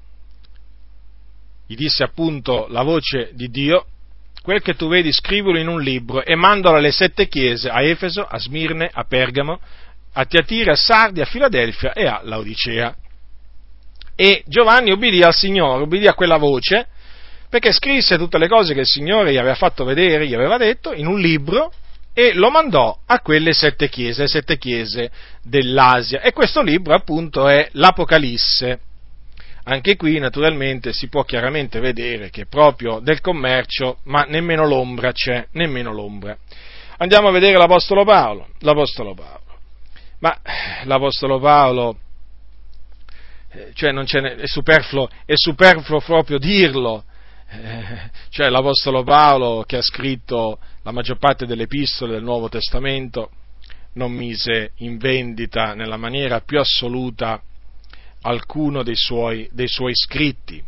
gli disse appunto la voce di Dio, quel che tu vedi scrivilo in un libro e mandalo alle 7 chiese, a Efeso, a Smirne, a Pergamo, a Tiatira, a Sardi, a Filadelfia e a Laodicea. E Giovanni obbedì al Signore, obbedì a quella voce, perché scrisse tutte le cose che il Signore gli aveva fatto vedere, gli aveva detto, in un libro, e lo mandò a quelle 7 chiese, le 7 chiese dell'Asia. E questo libro appunto è l'Apocalisse. Anche qui naturalmente si può chiaramente vedere che proprio del commercio, ma nemmeno l'ombra c'è, nemmeno l'ombra. Andiamo a vedere l'Apostolo Paolo. Ma l'Apostolo Paolo, cioè è superfluo proprio dirlo, cioè l'Apostolo Paolo, che ha scritto la maggior parte delle epistole del Nuovo Testamento, non mise in vendita nella maniera più assoluta alcuno dei suoi scritti.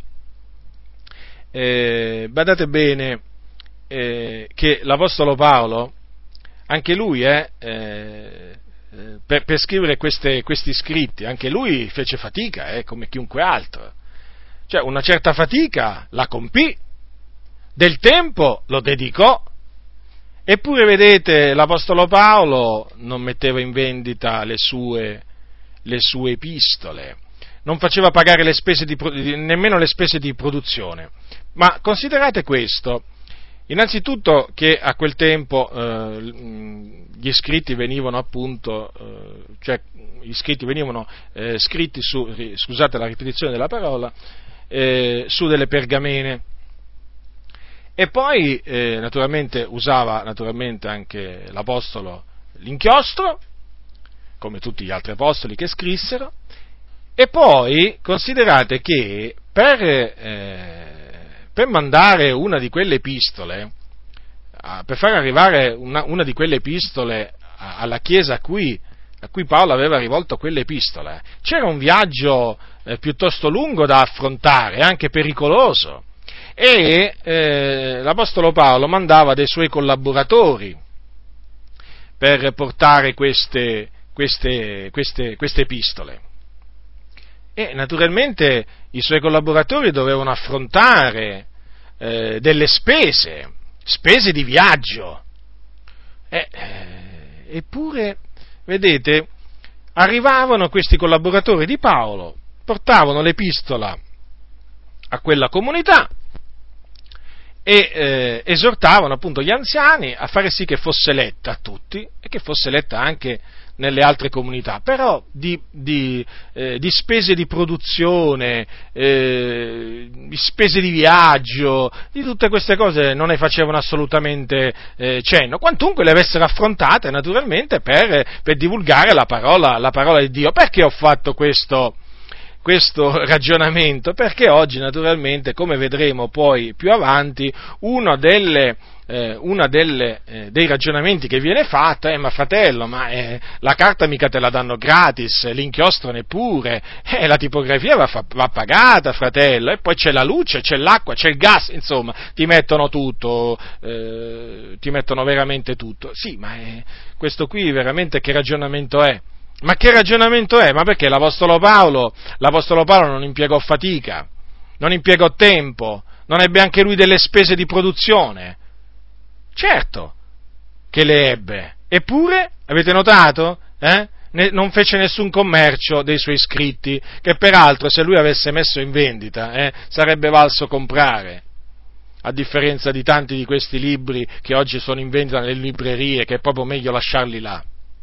Badate bene che l'Apostolo Paolo, anche lui per scrivere questi scritti, anche lui fece fatica, come chiunque altro. Cioè una certa fatica la compì, del tempo lo dedicò, eppure vedete l'Apostolo Paolo non metteva in vendita le sue epistole, non faceva pagare nemmeno le spese di produzione. Ma considerate questo: innanzitutto che a quel tempo gli scritti venivano appunto, scritti su, scusate la ripetizione della parola, su delle pergamene, E poi naturalmente usava anche l'apostolo l'inchiostro, come tutti gli altri apostoli che scrissero, e poi considerate che per mandare una di quelle epistole, per far arrivare una di quelle epistole alla chiesa a cui Paolo aveva rivolto quell'epistola, c'era un viaggio piuttosto lungo da affrontare, anche pericoloso, e l'apostolo Paolo mandava dei suoi collaboratori per portare queste epistole. E naturalmente i suoi collaboratori dovevano affrontare delle spese di viaggio. Eppure, vedete, arrivavano questi collaboratori di Paolo, portavano l'epistola a quella comunità e esortavano appunto gli anziani a fare sì che fosse letta a tutti e che fosse letta anche nelle altre comunità, però di spese di produzione, di spese di viaggio, di tutte queste cose non ne facevano assolutamente cenno, quantunque le avessero affrontate naturalmente per divulgare la parola di Dio. Perché ho fatto questo ragionamento? Perché oggi naturalmente, come vedremo poi più avanti, dei ragionamenti che viene fatto è: ma fratello, la carta mica te la danno gratis, l'inchiostro neppure, la tipografia va pagata, fratello, e poi c'è la luce, c'è l'acqua, c'è il gas, insomma, ti mettono tutto, ti mettono veramente tutto. Sì, ma questo qui veramente che ragionamento è? Ma che ragionamento è? Ma perché l'Apostolo Paolo non impiegò fatica, non impiegò tempo, non ebbe anche lui delle spese di produzione? Certo che le ebbe, eppure, avete notato? Non fece nessun commercio dei suoi scritti, che peraltro se lui avesse messo in vendita sarebbe valso comprare, a differenza di tanti di questi libri che oggi sono in vendita nelle librerie, che è proprio meglio lasciarli là.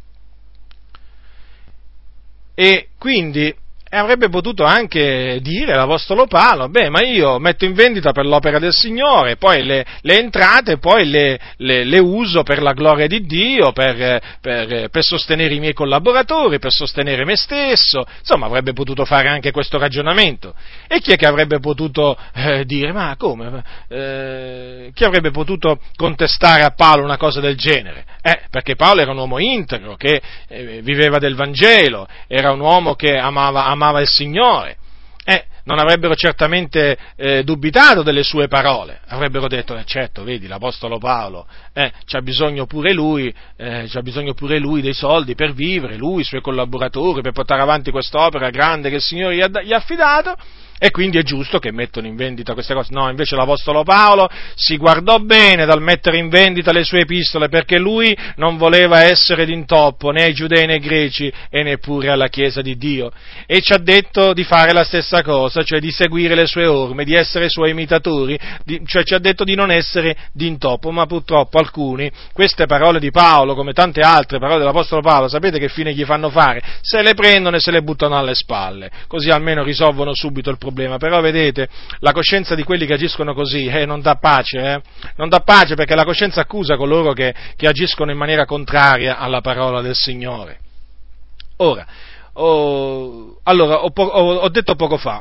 E quindi avrebbe potuto anche dire l'Apostolo Paolo: ma io metto in vendita per l'opera del Signore, poi le entrate poi le uso per la gloria di Dio, per sostenere i miei collaboratori, per sostenere me stesso. Insomma, avrebbe potuto fare anche questo ragionamento. E chi è che avrebbe potuto dire: ma come? Chi avrebbe potuto contestare a Paolo una cosa del genere? Perché Paolo era un uomo integro, che viveva del Vangelo, era un uomo che amava il Signore, non avrebbero certamente dubitato delle sue parole, avrebbero detto: certo, vedi, l'Apostolo Paolo c'ha bisogno pure lui dei soldi per vivere, lui, i suoi collaboratori, per portare avanti quest'opera grande che il Signore gli ha affidato, e quindi è giusto che mettono in vendita queste cose. No, invece l'Apostolo Paolo si guardò bene dal mettere in vendita le sue epistole, perché lui non voleva essere d'intoppo né ai giudei né ai greci e neppure alla Chiesa di Dio, e ci ha detto di fare la stessa cosa, cioè di seguire le sue orme, di essere suoi imitatori, cioè ci ha detto di non essere d'intoppo. Ma purtroppo alcuni, queste parole di Paolo, come tante altre parole dell'Apostolo Paolo, sapete che fine gli fanno fare? Se le prendono e se le buttano alle spalle, così almeno risolvono subito il problema. Però vedete, la coscienza di quelli che agiscono così non dà pace, non dà pace, perché la coscienza accusa coloro che agiscono in maniera contraria alla parola del Signore. Ora, ho detto poco fa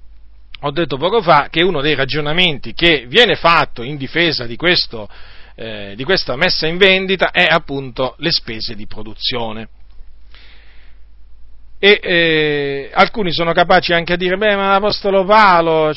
che uno dei ragionamenti che viene fatto in difesa di questa messa in vendita è appunto le spese di produzione. E alcuni sono capaci anche a dire: ma l'Apostolo Paolo,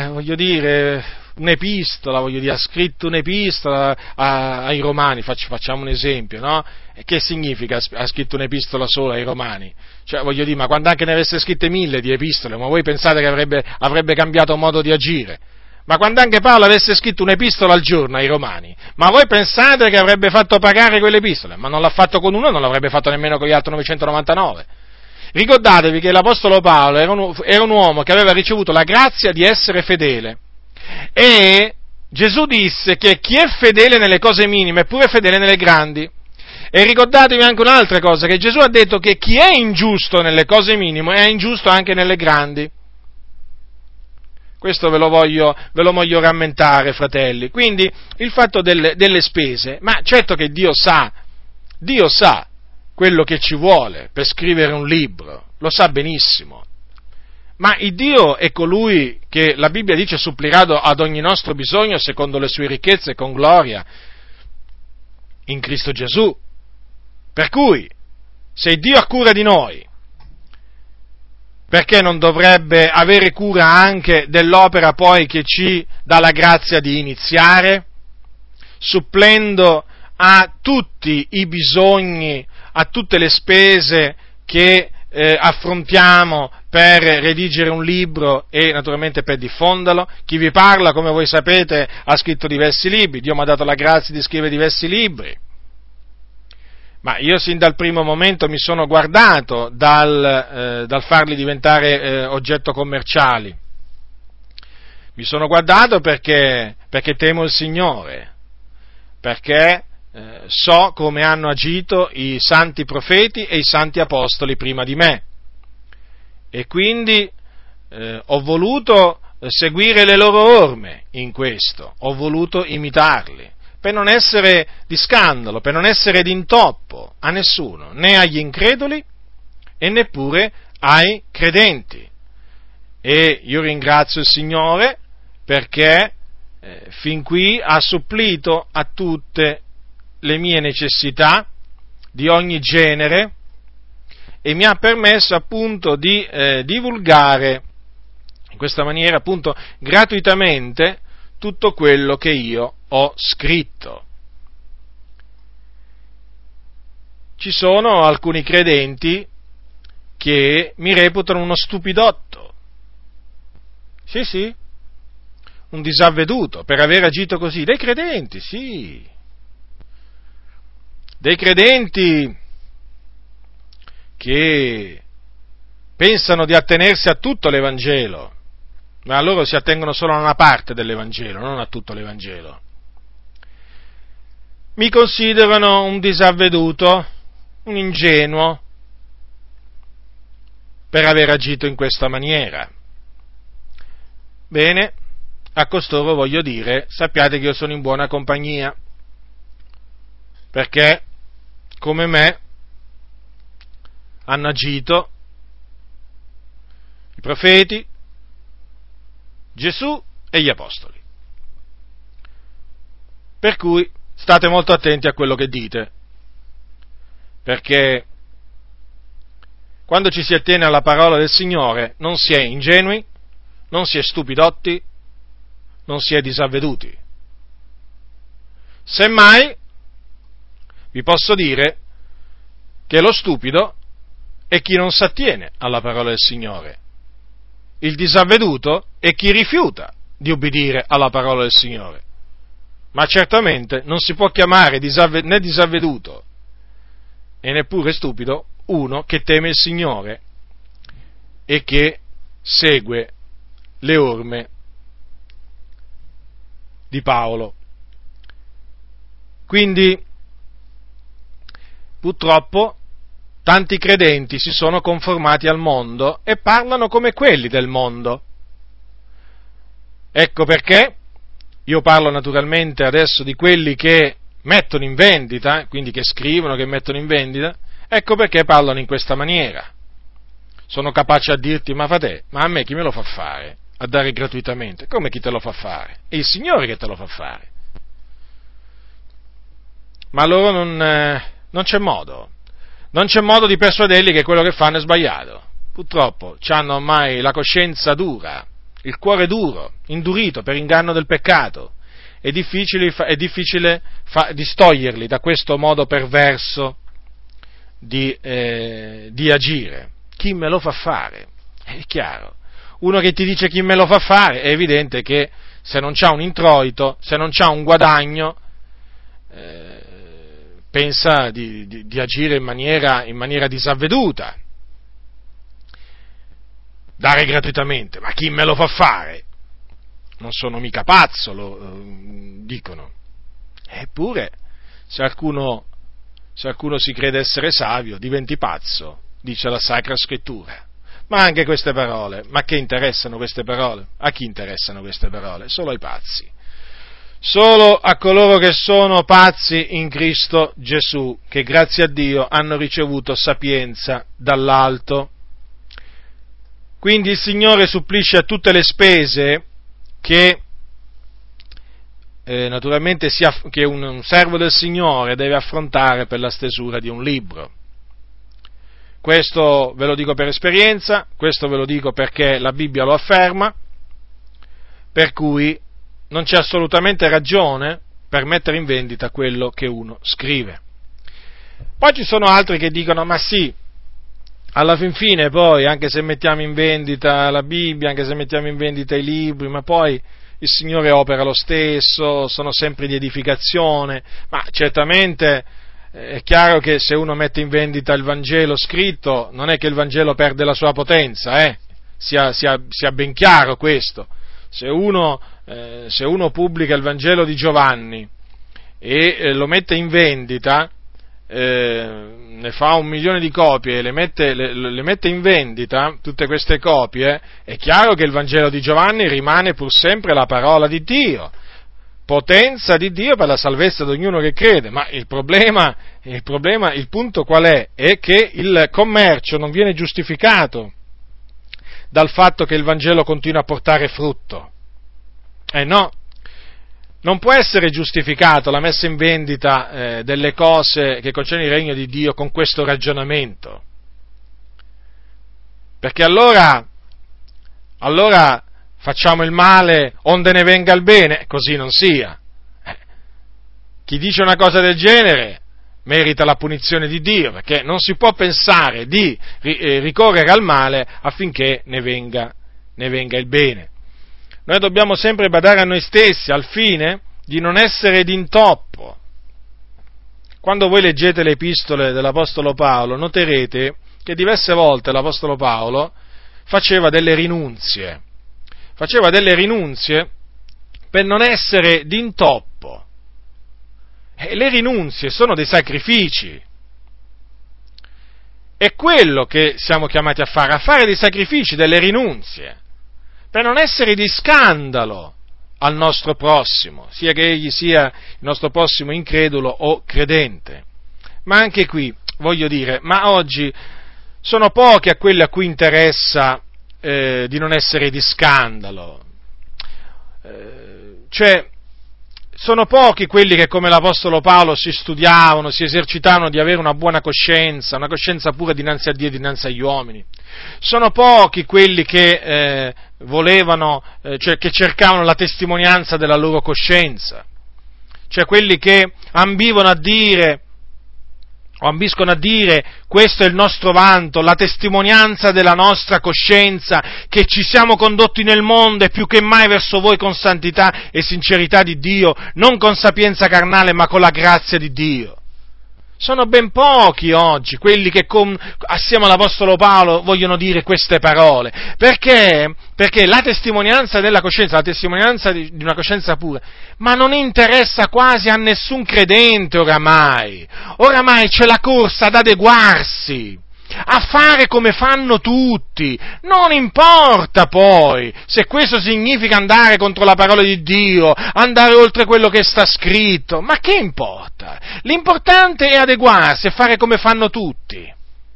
ha scritto un'epistola ai Romani, facciamo un esempio, no? E che significa ha scritto un'epistola sola ai Romani? Ma quando anche ne avesse scritte 1000 di epistole, ma voi pensate che avrebbe cambiato modo di agire? Ma quando anche Paolo avesse scritto un'epistola al giorno ai Romani, ma voi pensate che avrebbe fatto pagare quelle epistole? Ma non l'ha fatto con uno, non l'avrebbe fatto nemmeno con gli altri 999. Ricordatevi che l'Apostolo Paolo era un uomo che aveva ricevuto la grazia di essere fedele, e Gesù disse che chi è fedele nelle cose minime è pure fedele nelle grandi. E ricordatevi anche un'altra cosa, che Gesù ha detto che chi è ingiusto nelle cose minime è ingiusto anche nelle grandi. Questo ve lo voglio rammentare, fratelli. Quindi, il fatto delle spese, ma certo che Dio sa quello che ci vuole per scrivere un libro, lo sa benissimo. Ma il Dio è colui che la Bibbia dice supplirà ad ogni nostro bisogno secondo le sue ricchezze con gloria in Cristo Gesù. Per cui, se Dio ha cura di noi, perché non dovrebbe avere cura anche dell'opera poi che ci dà la grazia di iniziare, supplendo a tutti i bisogni, a tutte le spese che affrontiamo per redigere un libro e naturalmente per diffonderlo? Chi vi parla, come voi sapete, ha scritto diversi libri, Dio mi ha dato la grazia di scrivere diversi libri. Ma io sin dal primo momento mi sono guardato dal farli diventare oggetto commerciali. Mi sono guardato perché temo il Signore, perché so come hanno agito i santi profeti e i santi apostoli prima di me. E quindi ho voluto seguire le loro orme in questo, ho voluto imitarli, per non essere di scandalo, per non essere d'intoppo a nessuno, né agli increduli e neppure ai credenti. E io ringrazio il Signore perché fin qui ha supplito a tutte le mie necessità di ogni genere e mi ha permesso appunto di divulgare in questa maniera appunto gratuitamente tutto quello che io ho scritto. Ci sono alcuni credenti che mi reputano uno stupidotto, sì, un disavveduto per aver agito così, dei credenti, sì, dei credenti che pensano di attenersi a tutto l'Evangelo, ma loro si attengono solo a una parte dell'Evangelo, non a tutto l'Evangelo. Mi considerano un disavveduto, un ingenuo, per aver agito in questa maniera. Bene, a costoro voglio dire, sappiate che io sono in buona compagnia, perché, come me, hanno agito i profeti, Gesù e gli apostoli. Per cui state molto attenti a quello che dite, perché quando ci si attiene alla parola del Signore non si è ingenui, non si è stupidotti, non si è disavveduti. Semmai vi posso dire che lo stupido è chi non si attiene alla parola del Signore. Il disavveduto è chi rifiuta di ubbidire alla parola del Signore. Ma certamente non si può chiamare né disavveduto e neppure stupido uno che teme il Signore e che segue le orme di Paolo. Quindi, purtroppo, tanti credenti si sono conformati al mondo e parlano come quelli del mondo. Ecco perché io parlo naturalmente adesso di quelli che mettono in vendita, quindi che scrivono, che mettono in vendita, ecco perché parlano in questa maniera. Sono capace a dirti, ma frate, ma a me chi me lo fa fare? A dare gratuitamente? Come chi te lo fa fare? È il Signore che te lo fa fare. Ma loro non c'è modo. Non c'è modo di persuaderli che quello che fanno è sbagliato. Purtroppo hanno ormai la coscienza dura, il cuore duro, indurito per inganno del peccato. È difficile distoglierli da questo modo perverso di agire. Chi me lo fa fare? È chiaro. Uno che ti dice chi me lo fa fare, è evidente che se non c'ha un introito, se non c'ha un guadagno, pensa di agire in maniera disavveduta, dare gratuitamente, ma chi me lo fa fare? Non sono mica pazzo, lo dicono. Eppure, se qualcuno si crede essere savio, diventi pazzo, dice la Sacra Scrittura. Ma anche queste parole, ma che interessano queste parole? A chi interessano queste parole? Solo ai pazzi. Solo a coloro che sono pazzi in Cristo Gesù, che grazie a Dio hanno ricevuto sapienza dall'alto. Quindi il Signore supplisce a tutte le spese che naturalmente che un servo del Signore deve affrontare per la stesura di un libro. Questo ve lo dico per esperienza, questo ve lo dico perché la Bibbia lo afferma, per cui non c'è assolutamente ragione per mettere in vendita quello che uno scrive. Poi ci sono altri che dicono, ma sì, alla fin fine poi, anche se mettiamo in vendita la Bibbia, anche se mettiamo in vendita i libri, ma poi il Signore opera lo stesso, sono sempre di edificazione, ma certamente è chiaro che se uno mette in vendita il Vangelo scritto, non è che il Vangelo perde la sua potenza, sia ben chiaro questo. Se uno pubblica il Vangelo di Giovanni e lo mette in vendita, ne fa 1 milione di copie e le mette in vendita, tutte queste copie, è chiaro che il Vangelo di Giovanni rimane pur sempre la parola di Dio, potenza di Dio per la salvezza di ognuno che crede, ma il punto qual è? È che il commercio non viene giustificato dal fatto che il Vangelo continua a portare frutto. No, non può essere giustificato la messa in vendita delle cose che concernono il regno di Dio con questo ragionamento. Perché allora facciamo il male onde ne venga il bene, così non sia. Chi dice una cosa del genere merita la punizione di Dio, perché non si può pensare di ricorrere al male affinché ne venga il bene. Noi dobbiamo sempre badare a noi stessi al fine di non essere d'intoppo. Quando voi leggete le epistole dell'Apostolo Paolo, noterete che diverse volte l'Apostolo Paolo faceva delle rinunzie per non essere d'intoppo. E le rinunzie sono dei sacrifici. È quello che siamo chiamati a fare dei sacrifici, delle rinunzie, per non essere di scandalo al nostro prossimo, sia che egli sia il nostro prossimo incredulo o credente. Ma anche qui, voglio dire, ma oggi sono pochi a quelli a cui interessa di non essere di scandalo. Sono pochi quelli che come l'Apostolo Paolo si studiavano, si esercitavano di avere una buona coscienza, una coscienza pura dinanzi a Dio e dinanzi agli uomini. Sono pochi quelli che che cercavano la testimonianza della loro coscienza, cioè quelli che ambiscono a dire questo è il nostro vanto, la testimonianza della nostra coscienza, che ci siamo condotti nel mondo e più che mai verso voi con santità e sincerità di Dio, non con sapienza carnale ma con la grazia di Dio. Sono ben pochi oggi quelli che assieme all'Apostolo Paolo vogliono dire queste parole. Perché? Perché la testimonianza della coscienza, la testimonianza di una coscienza pura, ma non interessa quasi a nessun credente oramai. Oramai c'è la corsa ad adeguarsi, a fare come fanno tutti. Non importa poi se questo significa andare contro la parola di Dio, andare oltre quello che sta scritto, ma che importa? L'importante è adeguarsi e fare come fanno tutti,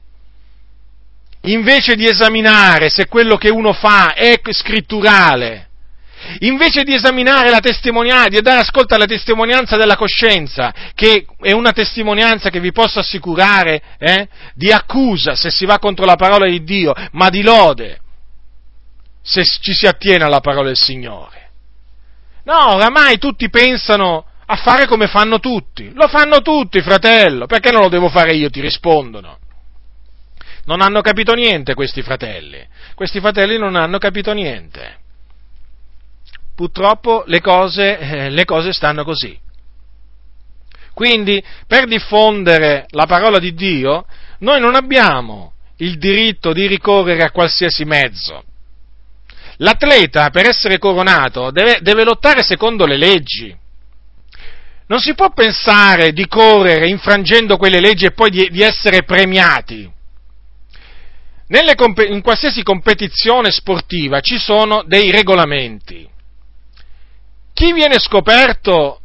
invece di esaminare se quello che uno fa è scritturale, invece di esaminare la testimonianza, di dare ascolto alla testimonianza della coscienza, che è una testimonianza che vi posso assicurare di accusa se si va contro la parola di Dio, ma di lode se ci si attiene alla parola del Signore. No, oramai tutti pensano a fare come fanno tutti. Lo fanno tutti, fratello, perché non lo devo fare io, ti rispondono. Non hanno capito niente questi fratelli non hanno capito niente. Purtroppo le cose stanno così. Quindi, per diffondere la parola di Dio, noi non abbiamo il diritto di ricorrere a qualsiasi mezzo. L'atleta, per essere coronato, deve lottare secondo le leggi. Non si può pensare di correre infrangendo quelle leggi e poi di essere premiati. in qualsiasi competizione sportiva ci sono dei regolamenti. Chi viene scoperto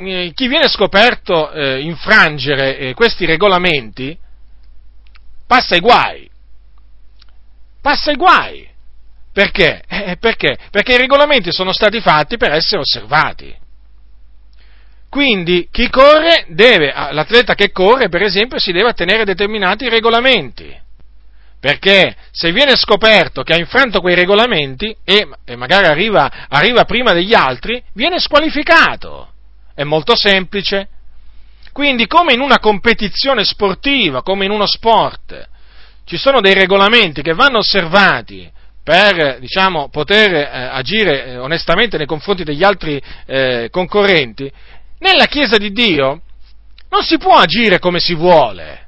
infrangere questi regolamenti passa i guai. Perché? Perché i regolamenti sono stati fatti per essere osservati. Quindi l'atleta che corre, per esempio, si deve attenere a determinati regolamenti. Perché se viene scoperto che ha infranto quei regolamenti e magari arriva prima degli altri, viene squalificato. È molto semplice. Quindi, come in una competizione sportiva, come in uno sport, ci sono dei regolamenti che vanno osservati per, poter agire onestamente nei confronti degli altri concorrenti, nella Chiesa di Dio non si può agire come si vuole.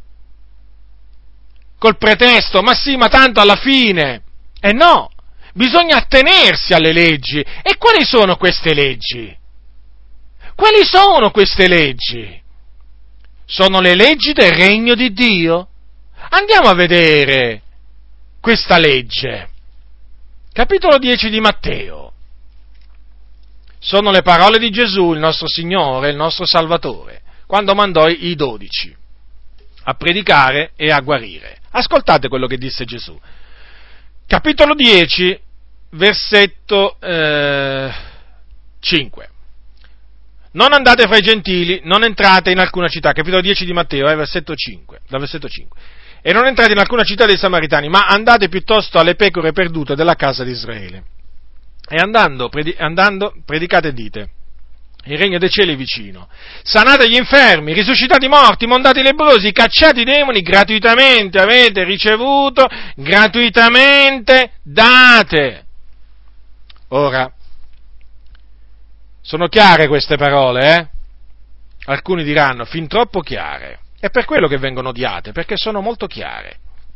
Col pretesto, ma sì, ma tanto alla fine. No, bisogna attenersi alle leggi. E quali sono queste leggi? Quali sono queste leggi? Sono le leggi del regno di Dio. Andiamo a vedere questa legge. Capitolo 10 di Matteo. Sono le parole di Gesù, il nostro Signore, il nostro Salvatore, quando mandò i 12 a predicare e a guarire. Ascoltate quello che disse Gesù. Capitolo 10, versetto 5. Non andate fra i gentili, non entrate in alcuna città. Capitolo 10 di Matteo, versetto 5, dal versetto 5. E non entrate in alcuna città dei Samaritani, ma andate piuttosto alle pecore perdute della casa di Israele. E andando, predicate e dite: il regno dei cieli è vicino. Sanate gli infermi, risuscitate i morti, mondate i lebbrosi, cacciate i demoni, gratuitamente avete ricevuto, gratuitamente date. Ora, sono chiare queste parole, eh? Alcuni diranno, fin troppo chiare. È per quello che vengono odiate, perché sono molto chiare.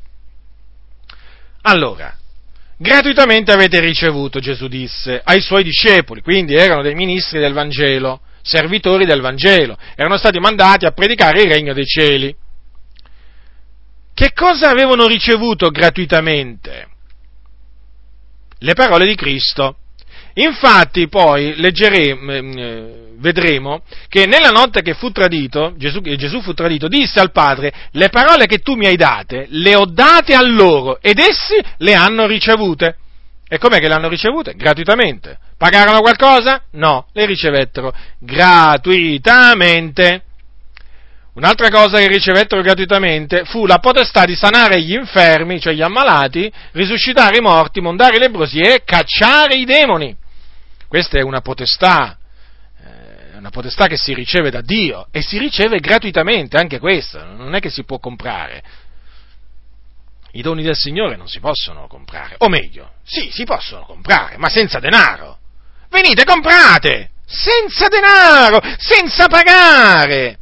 Allora, gratuitamente avete ricevuto, Gesù disse, ai suoi discepoli, quindi erano dei ministri del Vangelo, servitori del Vangelo, erano stati mandati a predicare il regno dei cieli. Che cosa avevano ricevuto gratuitamente? Le parole di Cristo. Infatti poi vedremo che nella notte che fu tradito, Gesù fu tradito, disse al Padre: le parole che tu mi hai date, le ho date a loro, ed essi le hanno ricevute. E com'è che le hanno ricevute? Gratuitamente. Pagarono qualcosa? No, le ricevettero gratuitamente. Un'altra cosa che ricevettero gratuitamente fu la potestà di sanare gli infermi, cioè gli ammalati, risuscitare i morti, mondare i lebbrosi e cacciare i demoni. Questa è una potestà che si riceve da Dio e si riceve gratuitamente, anche questa, non è che si può comprare. I doni del Signore non si possono comprare, o meglio, sì, si possono comprare, ma senza denaro. Venite, comprate, senza denaro, senza pagare.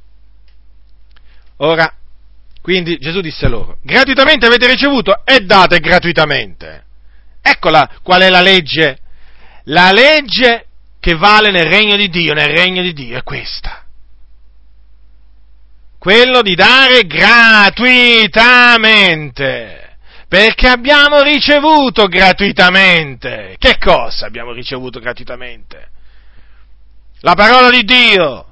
Ora, quindi Gesù disse loro: gratuitamente avete ricevuto e date gratuitamente. Eccola qual è la legge. La legge che vale nel regno di Dio è questa. Quello di dare gratuitamente, perché abbiamo ricevuto gratuitamente. Che cosa abbiamo ricevuto gratuitamente? La parola di Dio,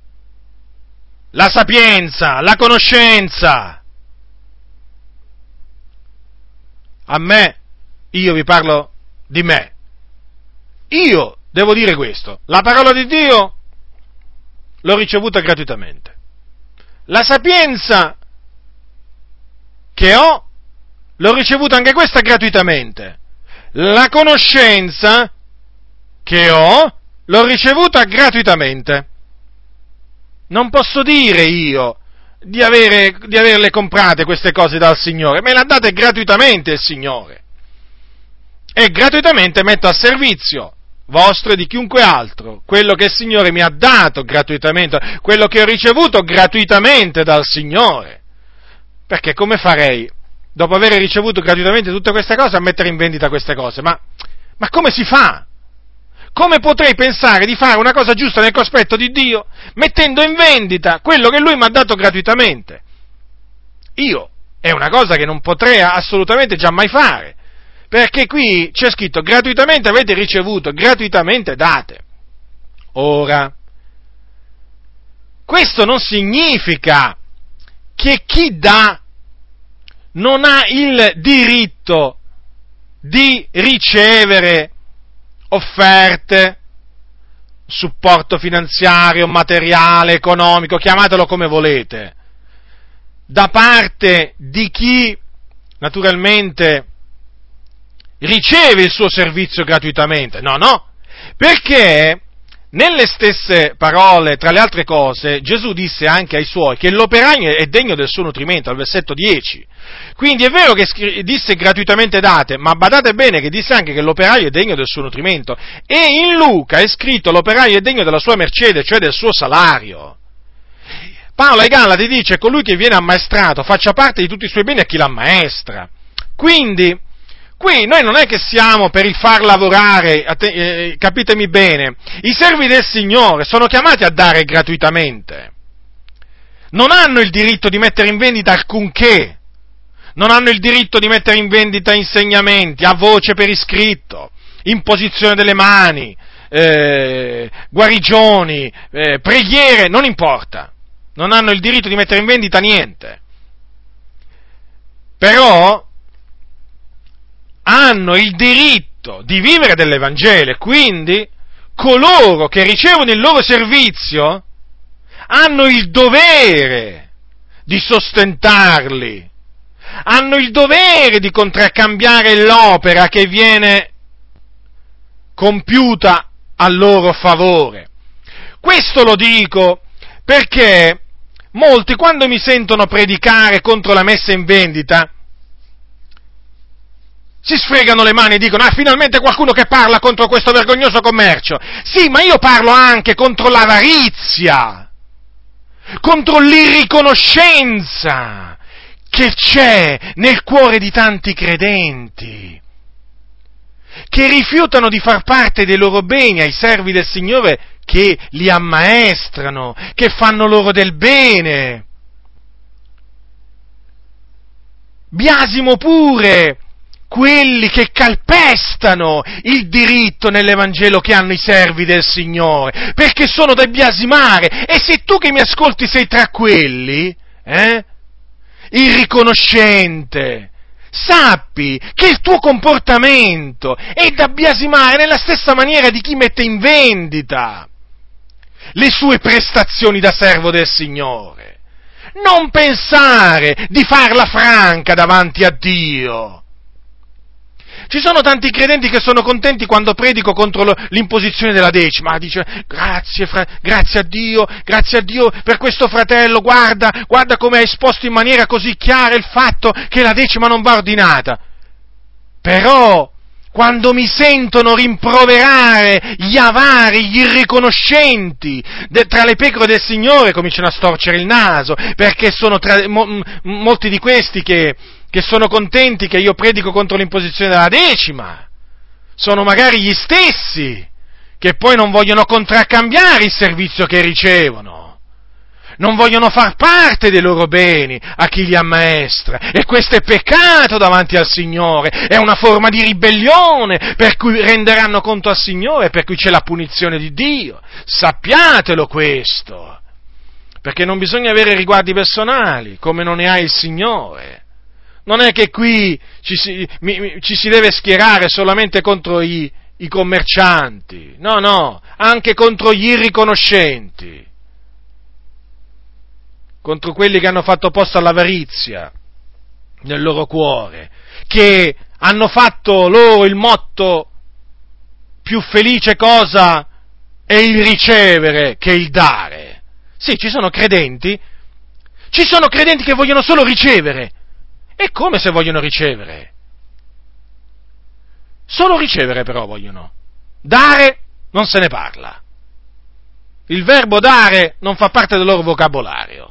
la sapienza, la conoscenza. Io vi parlo di me. Io devo dire questo: la parola di Dio l'ho ricevuta gratuitamente. La sapienza che ho, l'ho ricevuta anche questa gratuitamente. La conoscenza che ho, l'ho ricevuta gratuitamente. Non posso dire io di averle comprate queste cose dal Signore, me le ha date gratuitamente il Signore. E gratuitamente metto a servizio vostro e di chiunque altro quello che il Signore mi ha dato gratuitamente, quello che ho ricevuto gratuitamente dal Signore. Perché come farei, dopo aver ricevuto gratuitamente tutte queste cose, a mettere in vendita queste cose? Ma come si fa? Come potrei pensare di fare una cosa giusta nel cospetto di Dio mettendo in vendita quello che Lui mi ha dato gratuitamente? Io È una cosa che non potrei assolutamente giammai fare, perché qui c'è scritto gratuitamente avete ricevuto, gratuitamente date. Ora, questo non significa che chi dà non ha il diritto di ricevere offerte, supporto finanziario, materiale, economico, chiamatelo come volete, da parte di chi naturalmente riceve il suo servizio gratuitamente. No, perché nelle stesse parole, tra le altre cose, Gesù disse anche ai suoi che l'operaio è degno del suo nutrimento, al versetto 10. Quindi è vero che disse gratuitamente date, ma badate bene che disse anche che l'operaio è degno del suo nutrimento. E in Luca è scritto l'operaio è degno della sua mercede, cioè del suo salario. Paolo ai Galati dice colui che viene ammaestrato faccia parte di tutti i suoi beni a chi l'ammaestra. Quindi, qui noi non è che siamo per il far lavorare, capitemi bene, i servi del Signore sono chiamati a dare gratuitamente. Non hanno il diritto di mettere in vendita alcunché, non hanno il diritto di mettere in vendita insegnamenti a voce per iscritto, imposizione delle mani, guarigioni, preghiere, non importa. Non hanno il diritto di mettere in vendita niente. Però hanno il diritto di vivere dell'Evangelo, e quindi coloro che ricevono il loro servizio hanno il dovere di sostentarli, hanno il dovere di contraccambiare l'opera che viene compiuta a loro favore. Questo lo dico perché molti, quando mi sentono predicare contro la messa in vendita, si sfregano le mani e dicono: finalmente qualcuno che parla contro questo vergognoso commercio. Sì, ma io parlo anche contro l'avarizia, contro l'irriconoscenza che c'è nel cuore di tanti credenti, che rifiutano di far parte dei loro beni ai servi del Signore che li ammaestrano, che fanno loro del bene. Biasimo pure quelli che calpestano il diritto nell'Evangelo che hanno i servi del Signore, perché sono da biasimare. E se tu che mi ascolti sei tra quelli, irriconoscente, sappi che il tuo comportamento è da biasimare nella stessa maniera di chi mette in vendita le sue prestazioni da servo del Signore. Non pensare di farla franca davanti a Dio. Ci sono tanti credenti che sono contenti quando predico contro l'imposizione della decima. Dice: grazie a Dio per questo fratello, guarda come ha esposto in maniera così chiara il fatto che la decima non va ordinata. Però, quando mi sentono rimproverare gli avari, gli irriconoscenti tra le pecore del Signore, cominciano a storcere il naso, perché sono molti di questi che sono contenti che io predico contro l'imposizione della decima. Sono magari gli stessi che poi non vogliono contraccambiare il servizio che ricevono, non vogliono far parte dei loro beni a chi li ammaestra, e questo è peccato davanti al Signore, è una forma di ribellione per cui renderanno conto al Signore, per cui c'è la punizione di Dio. Sappiatelo questo, perché non bisogna avere riguardi personali, come non ne ha il Signore. Non è che qui ci si deve schierare solamente contro i commercianti, no, anche contro gli irriconoscenti, contro quelli che hanno fatto posto all'avarizia nel loro cuore, che hanno fatto loro il motto: più felice cosa è il ricevere che il dare. Sì, ci sono credenti che vogliono solo ricevere. E come se vogliono ricevere? Solo ricevere però vogliono. Dare non se ne parla. Il verbo dare non fa parte del loro vocabolario.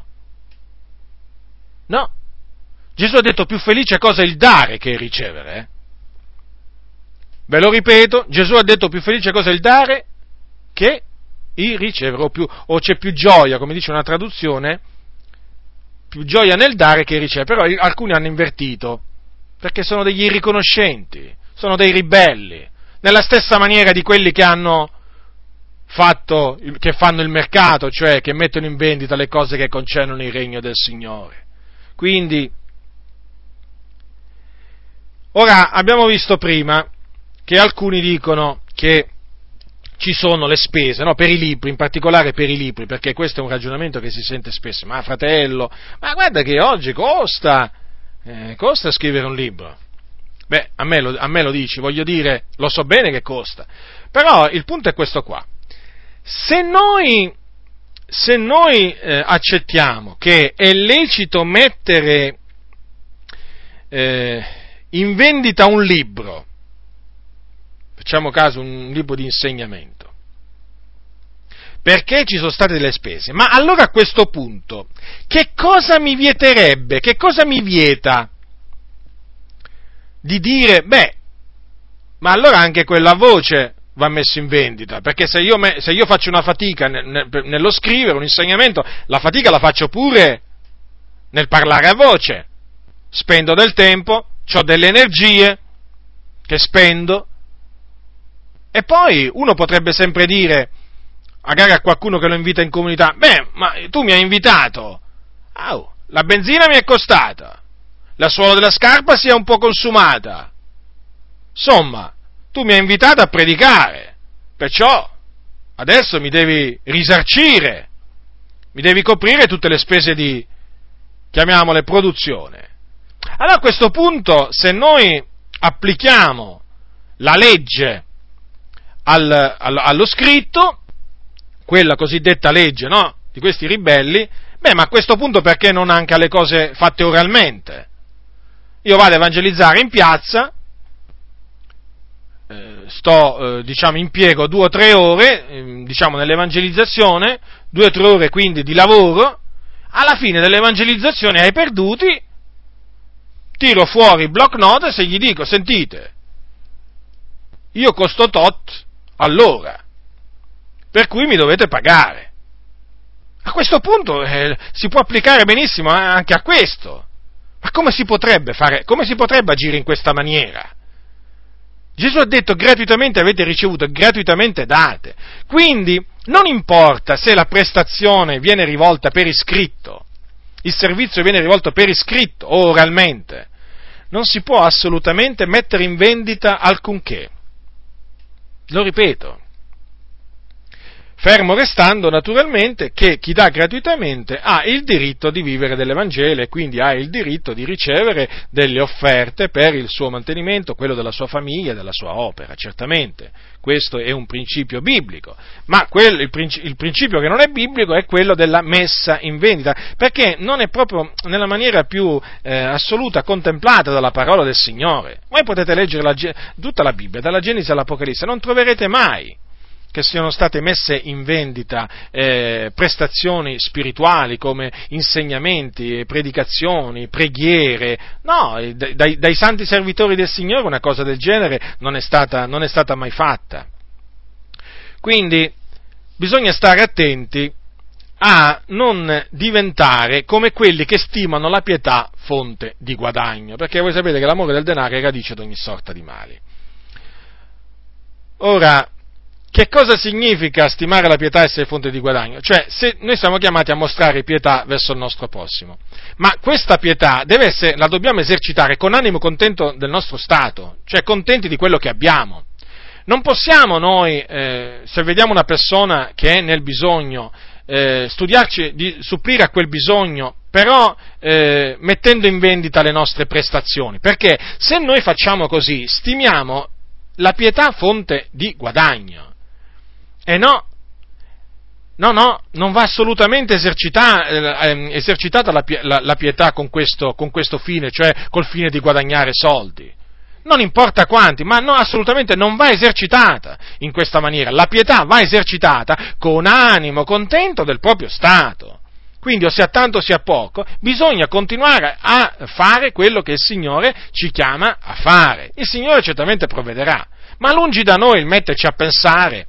No. Gesù ha detto: più felice cosa è il dare che il ricevere. Ve lo ripeto, Gesù ha detto: più felice cosa è il dare che il ricevere, o c'è più gioia, come dice una traduzione, più gioia nel dare che ricevere, però alcuni hanno invertito, perché sono degli irriconoscenti, sono dei ribelli, nella stessa maniera di quelli che fanno il mercato, cioè che mettono in vendita le cose che concernono il regno del Signore. Quindi, ora abbiamo visto prima che alcuni dicono che ci sono le spese, no, per i libri, in particolare per i libri, perché questo è un ragionamento che si sente spesso, ma fratello, ma guarda che oggi costa scrivere un libro. Beh, a me lo dici, voglio dire, lo so bene che costa, però il punto è questo qua. Se noi accettiamo che è lecito mettere in vendita un libro, facciamo caso un libro di insegnamento, perché ci sono state delle spese, ma allora a questo punto che cosa mi vieterebbe, che cosa mi vieta di dire, ma allora anche quella voce va messo in vendita, perché se io faccio una fatica nello scrivere un insegnamento, la fatica la faccio pure nel parlare a voce, spendo del tempo, ho delle energie che spendo, e poi uno potrebbe sempre dire, magari a qualcuno che lo invita in comunità, ma tu mi hai invitato, la benzina mi è costata, la suola della scarpa si è un po' consumata, insomma, tu mi hai invitato a predicare, perciò adesso mi devi risarcire, mi devi coprire tutte le spese di, chiamiamole, produzione. Allora a questo punto, se noi applichiamo la legge allo scritto, quella cosiddetta legge, no, di questi ribelli, ma a questo punto perché non anche alle cose fatte oralmente? Io vado a evangelizzare in piazza, impiego 2 o 3 ore, nell'evangelizzazione, 2 o 3 ore quindi di lavoro, alla fine dell'evangelizzazione ai perduti, tiro fuori il block notes e gli dico, sentite, io costo tot all'ora, per cui mi dovete pagare. A questo punto si può applicare benissimo anche a questo. Ma come si potrebbe agire in questa maniera? Gesù ha detto gratuitamente avete ricevuto, gratuitamente date. Quindi non importa se la prestazione viene rivolta per iscritto, il servizio viene rivolto per iscritto o oralmente, non si può assolutamente mettere in vendita alcunché. Lo ripeto, fermo restando naturalmente che chi dà gratuitamente ha il diritto di vivere dell'Evangelo e quindi ha il diritto di ricevere delle offerte per il suo mantenimento, quello della sua famiglia, della sua opera, certamente. Questo è un principio biblico, ma il principio che non è biblico è quello della messa in vendita, perché non è proprio nella maniera più assoluta contemplata dalla parola del Signore. Voi potete leggere tutta la Bibbia, dalla Genesi all'Apocalisse, non troverete mai che siano state messe in vendita prestazioni spirituali come insegnamenti, predicazioni, preghiere. No, dai santi servitori del Signore una cosa del genere non è stata mai fatta. Quindi bisogna stare attenti a non diventare come quelli che stimano la pietà fonte di guadagno, perché voi sapete che l'amore del denaro è radice di ogni sorta di mali. Ora, che cosa significa stimare la pietà essere fonte di guadagno? Cioè, se noi siamo chiamati a mostrare pietà verso il nostro prossimo, ma questa pietà la dobbiamo esercitare con animo contento del nostro stato, cioè contenti di quello che abbiamo. Non possiamo noi, se vediamo una persona che è nel bisogno, studiarci di supplire a quel bisogno, però mettendo in vendita le nostre prestazioni, perché se noi facciamo così, stimiamo la pietà fonte di guadagno. E no, non va assolutamente esercitata la pietà con questo fine, cioè col fine di guadagnare soldi. Non importa quanti, ma no, assolutamente non va esercitata in questa maniera. La pietà va esercitata con animo contento del proprio stato. Quindi, o sia tanto o sia poco, bisogna continuare a fare quello che il Signore ci chiama a fare. Il Signore certamente provvederà, ma lungi da noi il metterci a pensare,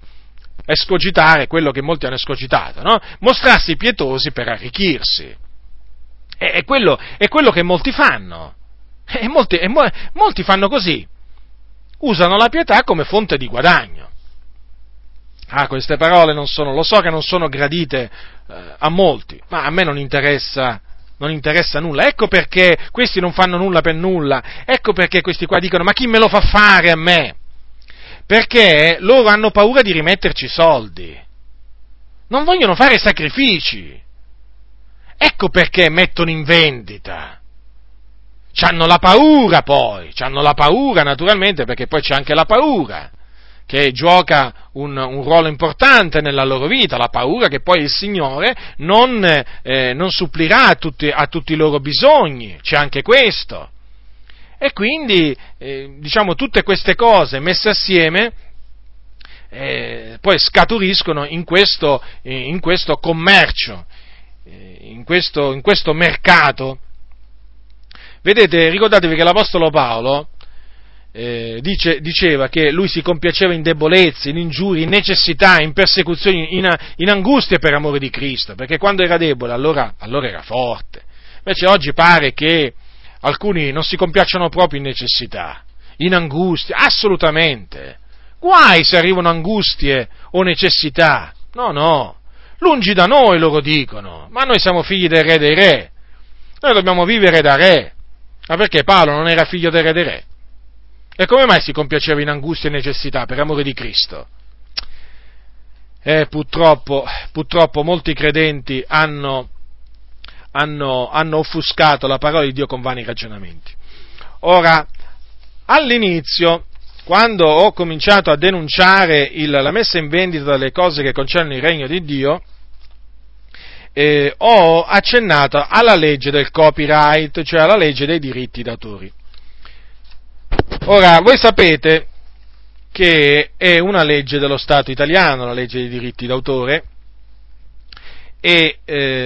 escogitare quello che molti hanno escogitato, no? Mostrarsi pietosi per arricchirsi. È quello che molti fanno. Molti fanno così. Usano la pietà come fonte di guadagno. Queste parole lo so che non sono gradite a molti, ma a me non interessa nulla. Ecco perché questi non fanno nulla per nulla. Ecco perché questi qua dicono: ma chi me lo fa fare a me? Perché loro hanno paura di rimetterci soldi. Non vogliono fare sacrifici. Ecco perché mettono in vendita. C'hanno la paura naturalmente, perché poi c'è anche la paura che gioca un ruolo importante nella loro vita, la paura che poi il Signore non supplirà a tutti i loro bisogni, c'è anche questo. E quindi, tutte queste cose messe assieme, poi scaturiscono in questo commercio, in questo mercato. Vedete, ricordatevi che l'Apostolo Paolo diceva che lui si compiaceva in debolezze, in ingiurie, in necessità, in persecuzioni, in angustie per amore di Cristo, perché quando era debole allora era forte. Invece oggi pare che alcuni non si compiacciono proprio in necessità, in angustie, assolutamente. Guai se arrivano angustie o necessità. No, lungi da noi, loro dicono, ma noi siamo figli del Re dei Re, noi dobbiamo vivere da Re. Ma perché Paolo non era figlio del Re dei Re? E come mai si compiaceva in angustia e necessità per amore di Cristo? Purtroppo molti credenti hanno offuscato la parola di Dio con vani ragionamenti. Ora, all'inizio, quando ho cominciato a denunciare la messa in vendita delle cose che concernono il regno di Dio, ho accennato alla legge del copyright, cioè alla legge dei diritti d'autore. Ora, voi sapete che è una legge dello Stato italiano, la legge dei diritti d'autore, e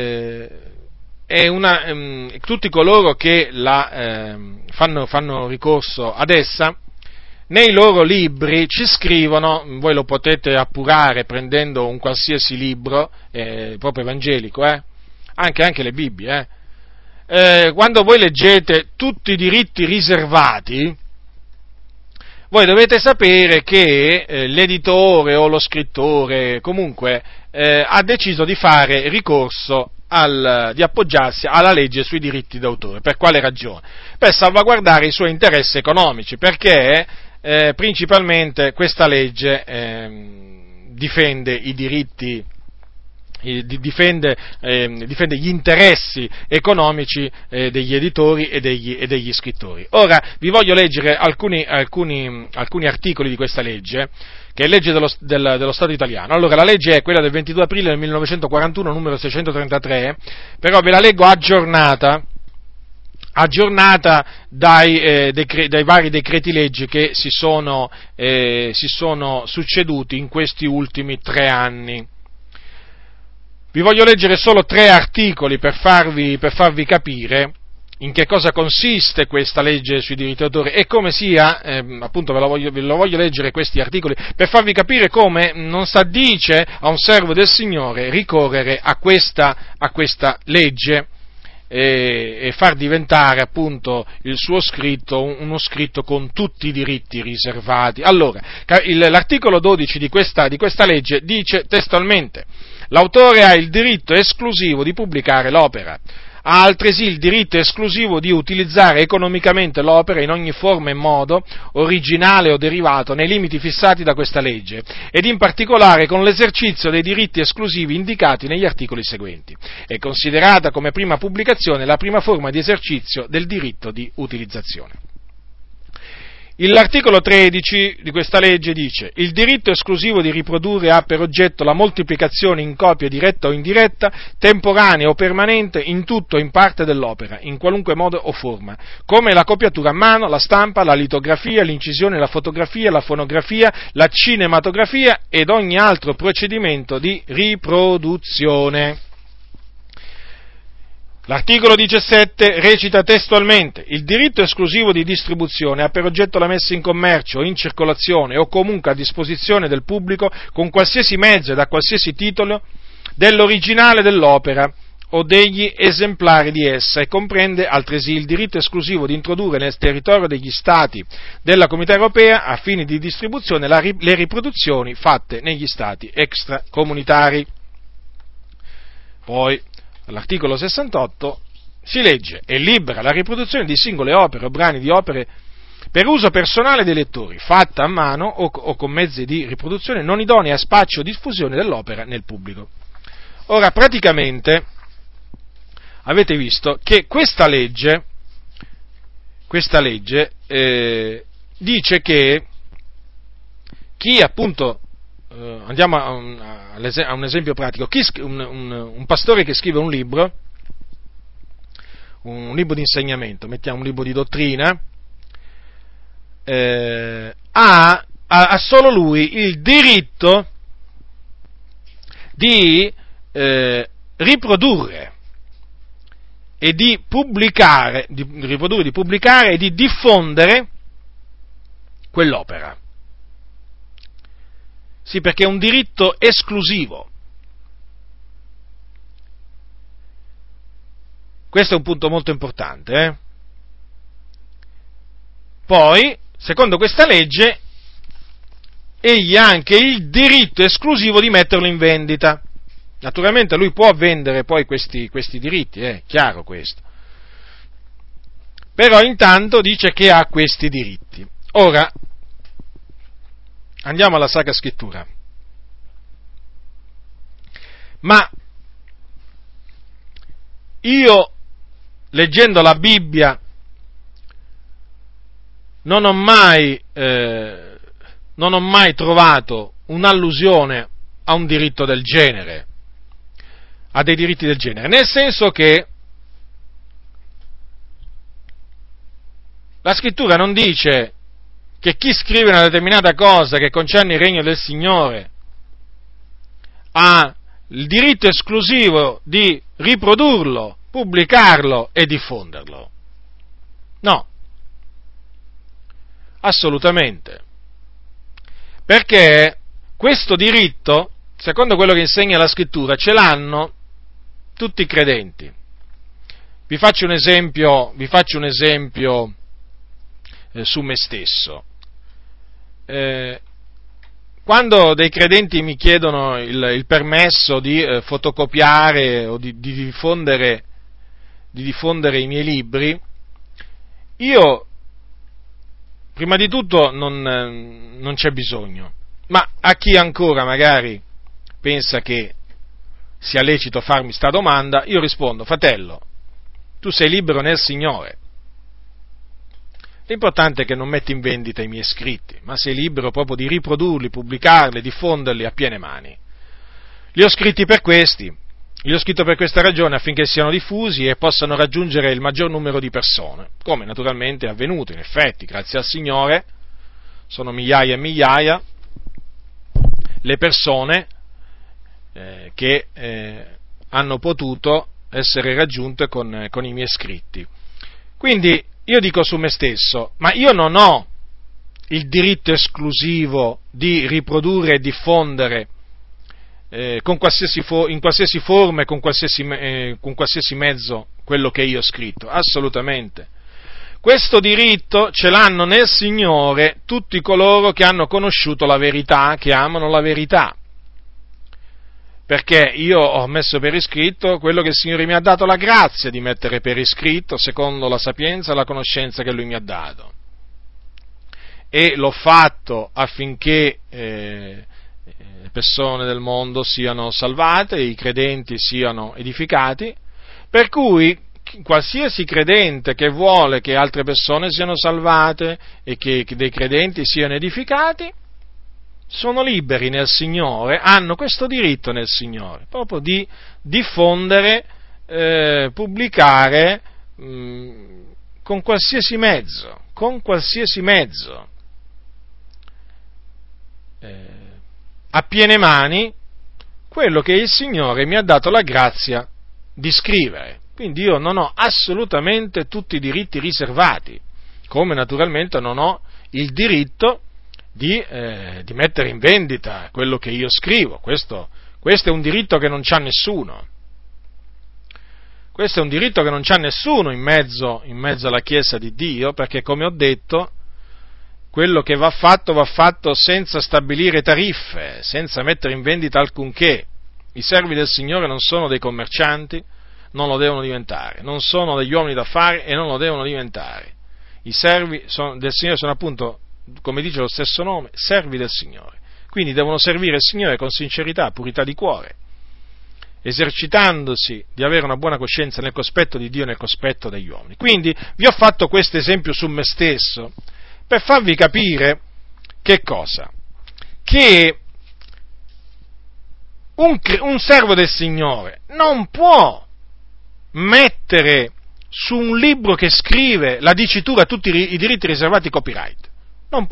tutti coloro che fanno ricorso ad essa, nei loro libri ci scrivono, voi lo potete appurare prendendo un qualsiasi libro, proprio evangelico, anche le Bibbie, quando voi leggete tutti i diritti riservati, voi dovete sapere che l'editore o lo scrittore comunque ha deciso di fare ricorso di appoggiarsi alla legge sui diritti d'autore. Per quale ragione? Per salvaguardare i suoi interessi economici, perché principalmente questa legge difende i diritti, difende gli interessi economici degli editori e degli scrittori. Ora vi voglio leggere alcuni articoli di questa legge, che è legge dello Stato italiano. Allora, la legge è quella del 22 aprile del 1941, numero 633, però ve la leggo aggiornata dai vari decreti legge che si sono succeduti in questi ultimi 3 anni. Vi voglio leggere solo 3 articoli per farvi capire in che cosa consiste questa legge sui diritti d'autore e come sia, appunto ve lo voglio leggere questi articoli per farvi capire come non s'addice a un servo del Signore ricorrere a questa legge e far diventare appunto il suo scritto uno scritto con tutti i diritti riservati. Allora, l'articolo 12 di questa legge dice testualmente: l'autore ha il diritto esclusivo di pubblicare l'opera, ha altresì il diritto esclusivo di utilizzare economicamente l'opera in ogni forma e modo, originale o derivato, nei limiti fissati da questa legge, ed in particolare con l'esercizio dei diritti esclusivi indicati negli articoli seguenti. È considerata come prima pubblicazione la prima forma di esercizio del diritto di utilizzazione. L'articolo 13 di questa legge dice: il diritto esclusivo di riprodurre ha per oggetto la moltiplicazione in copia diretta o indiretta, temporanea o permanente, in tutto o in parte dell'opera, in qualunque modo o forma, come la copiatura a mano, la stampa, la litografia, l'incisione, la fotografia, la fonografia, la cinematografia ed ogni altro procedimento di riproduzione. L'articolo 17 recita testualmente: il diritto esclusivo di distribuzione ha per oggetto la messa in commercio o in circolazione o comunque a disposizione del pubblico con qualsiasi mezzo e da qualsiasi titolo dell'originale dell'opera o degli esemplari di essa e comprende altresì il diritto esclusivo di introdurre nel territorio degli Stati della Comunità Europea a fini di distribuzione le riproduzioni fatte negli Stati extracomunitari. Poi, all'articolo 68 si legge: è libera la riproduzione di singole opere o brani di opere per uso personale dei lettori, fatta a mano o con mezzi di riproduzione non idonei a spaccio o diffusione dell'opera nel pubblico. Ora, praticamente, avete visto che questa legge dice che chi appunto, andiamo a un esempio pratico, un pastore che scrive un libro di insegnamento, mettiamo un libro di dottrina, ha solo lui il diritto di riprodurre e di pubblicare e di diffondere quell'opera. Sì, perché è un diritto esclusivo. Questo è un punto molto importante. Poi, secondo questa legge, egli ha anche il diritto esclusivo di metterlo in vendita. Naturalmente lui può vendere poi questi diritti, è chiaro questo. Però intanto dice che ha questi diritti. Ora, andiamo alla Sacra Scrittura. Ma io, leggendo la Bibbia, non ho mai trovato un'allusione a un diritto del genere, a dei diritti del genere, nel senso che la Scrittura non dice che chi scrive una determinata cosa che concerne il regno del Signore ha il diritto esclusivo di riprodurlo, pubblicarlo e diffonderlo. No, assolutamente. Perché questo diritto, secondo quello che insegna la Scrittura, ce l'hanno tutti i credenti. Vi faccio un esempio su me stesso. Quando dei credenti mi chiedono il permesso di fotocopiare o di diffondere i miei libri, io prima di tutto non c'è bisogno, ma a chi ancora magari pensa che sia lecito farmi sta domanda, io rispondo: fratello, tu sei libero nel Signore. L'importante è che non metti in vendita i miei scritti, ma sei libero proprio di riprodurli, pubblicarli, diffonderli a piene mani. Li ho scritti per questi, li ho scritto per questa ragione, affinché siano diffusi e possano raggiungere il maggior numero di persone, come naturalmente è avvenuto, in effetti, grazie al Signore, sono migliaia e migliaia le persone che hanno potuto essere raggiunte con i miei scritti. Quindi io dico su me stesso, ma io non ho il diritto esclusivo di riprodurre e diffondere in qualsiasi forma e con qualsiasi mezzo quello che io ho scritto, assolutamente. Questo diritto ce l'hanno nel Signore tutti coloro che hanno conosciuto la verità, che amano la verità. Perché io ho messo per iscritto quello che il Signore mi ha dato la grazia di mettere per iscritto, secondo la sapienza e la conoscenza che Lui mi ha dato. E l'ho fatto affinché le persone del mondo siano salvate, i credenti siano edificati, per cui qualsiasi credente che vuole che altre persone siano salvate e che dei credenti siano edificati, sono liberi nel Signore, hanno questo diritto nel Signore, proprio di diffondere, pubblicare con qualsiasi mezzo, a piene mani, quello che il Signore mi ha dato la grazia di scrivere. Quindi io non ho assolutamente tutti i diritti riservati, come naturalmente non ho il diritto di mettere in vendita quello che io scrivo. Questo è un diritto che non c'ha nessuno. Questo è un diritto che non c'ha nessuno in mezzo alla Chiesa di Dio, perché, come ho detto, quello che va fatto senza stabilire tariffe, senza mettere in vendita alcunché. I servi del Signore non sono dei commercianti, non lo devono diventare, non sono degli uomini d'affari e non lo devono diventare. I servi del Signore sono appunto, come dice lo stesso nome, servi del Signore. Quindi devono servire il Signore con sincerità, purità di cuore, esercitandosi di avere una buona coscienza nel cospetto di Dio e nel cospetto degli uomini. Quindi vi ho fatto questo esempio su me stesso per farvi capire che cosa? Che un servo del Signore non può mettere su un libro che scrive la dicitura tutti i diritti riservati copyright. Non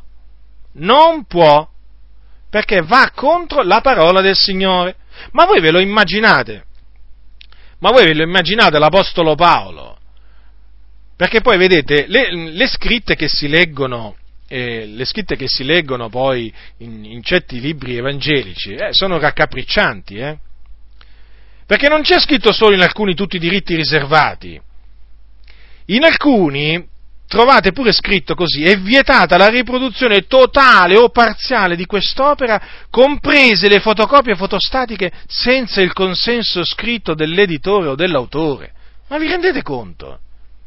può, perché va contro la parola del Signore. Ma voi ve lo immaginate? L'Apostolo Paolo? Perché poi vedete, le scritte che si leggono poi in certi libri evangelici sono raccapriccianti, perché non c'è scritto solo in alcuni tutti i diritti riservati, in alcuni trovate pure scritto così: è vietata la riproduzione totale o parziale di quest'opera, comprese le fotocopie fotostatiche, senza il consenso scritto dell'editore o dell'autore. Ma vi rendete conto?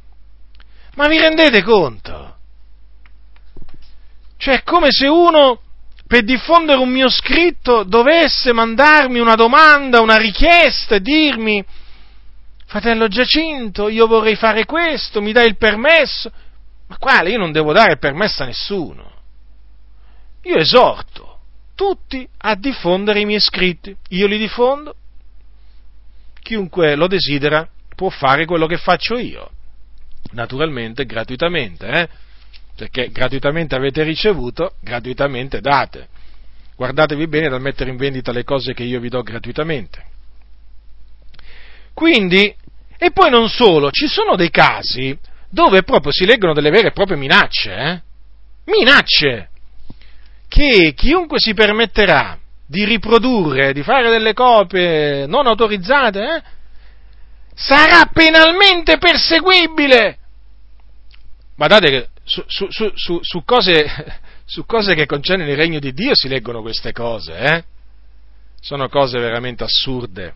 Cioè, è come se uno, per diffondere un mio scritto, dovesse mandarmi una domanda, una richiesta e dirmi: fratello Giacinto, io vorrei fare questo, mi dai il permesso? Ma quale? Io non devo dare permesso a nessuno. Io esorto tutti a diffondere i miei scritti. Io li diffondo. Chiunque lo desidera può fare quello che faccio io. Naturalmente, gratuitamente, perché gratuitamente avete ricevuto, gratuitamente date. Guardatevi bene dal mettere in vendita le cose che io vi do gratuitamente. Quindi, e poi non solo, ci sono dei casi dove proprio si leggono delle vere e proprie minacce, minacce, che chiunque si permetterà di riprodurre, di fare delle copie non autorizzate, sarà penalmente perseguibile. Guardate che su cose che concernono il regno di Dio si leggono queste cose, Sono cose veramente assurde.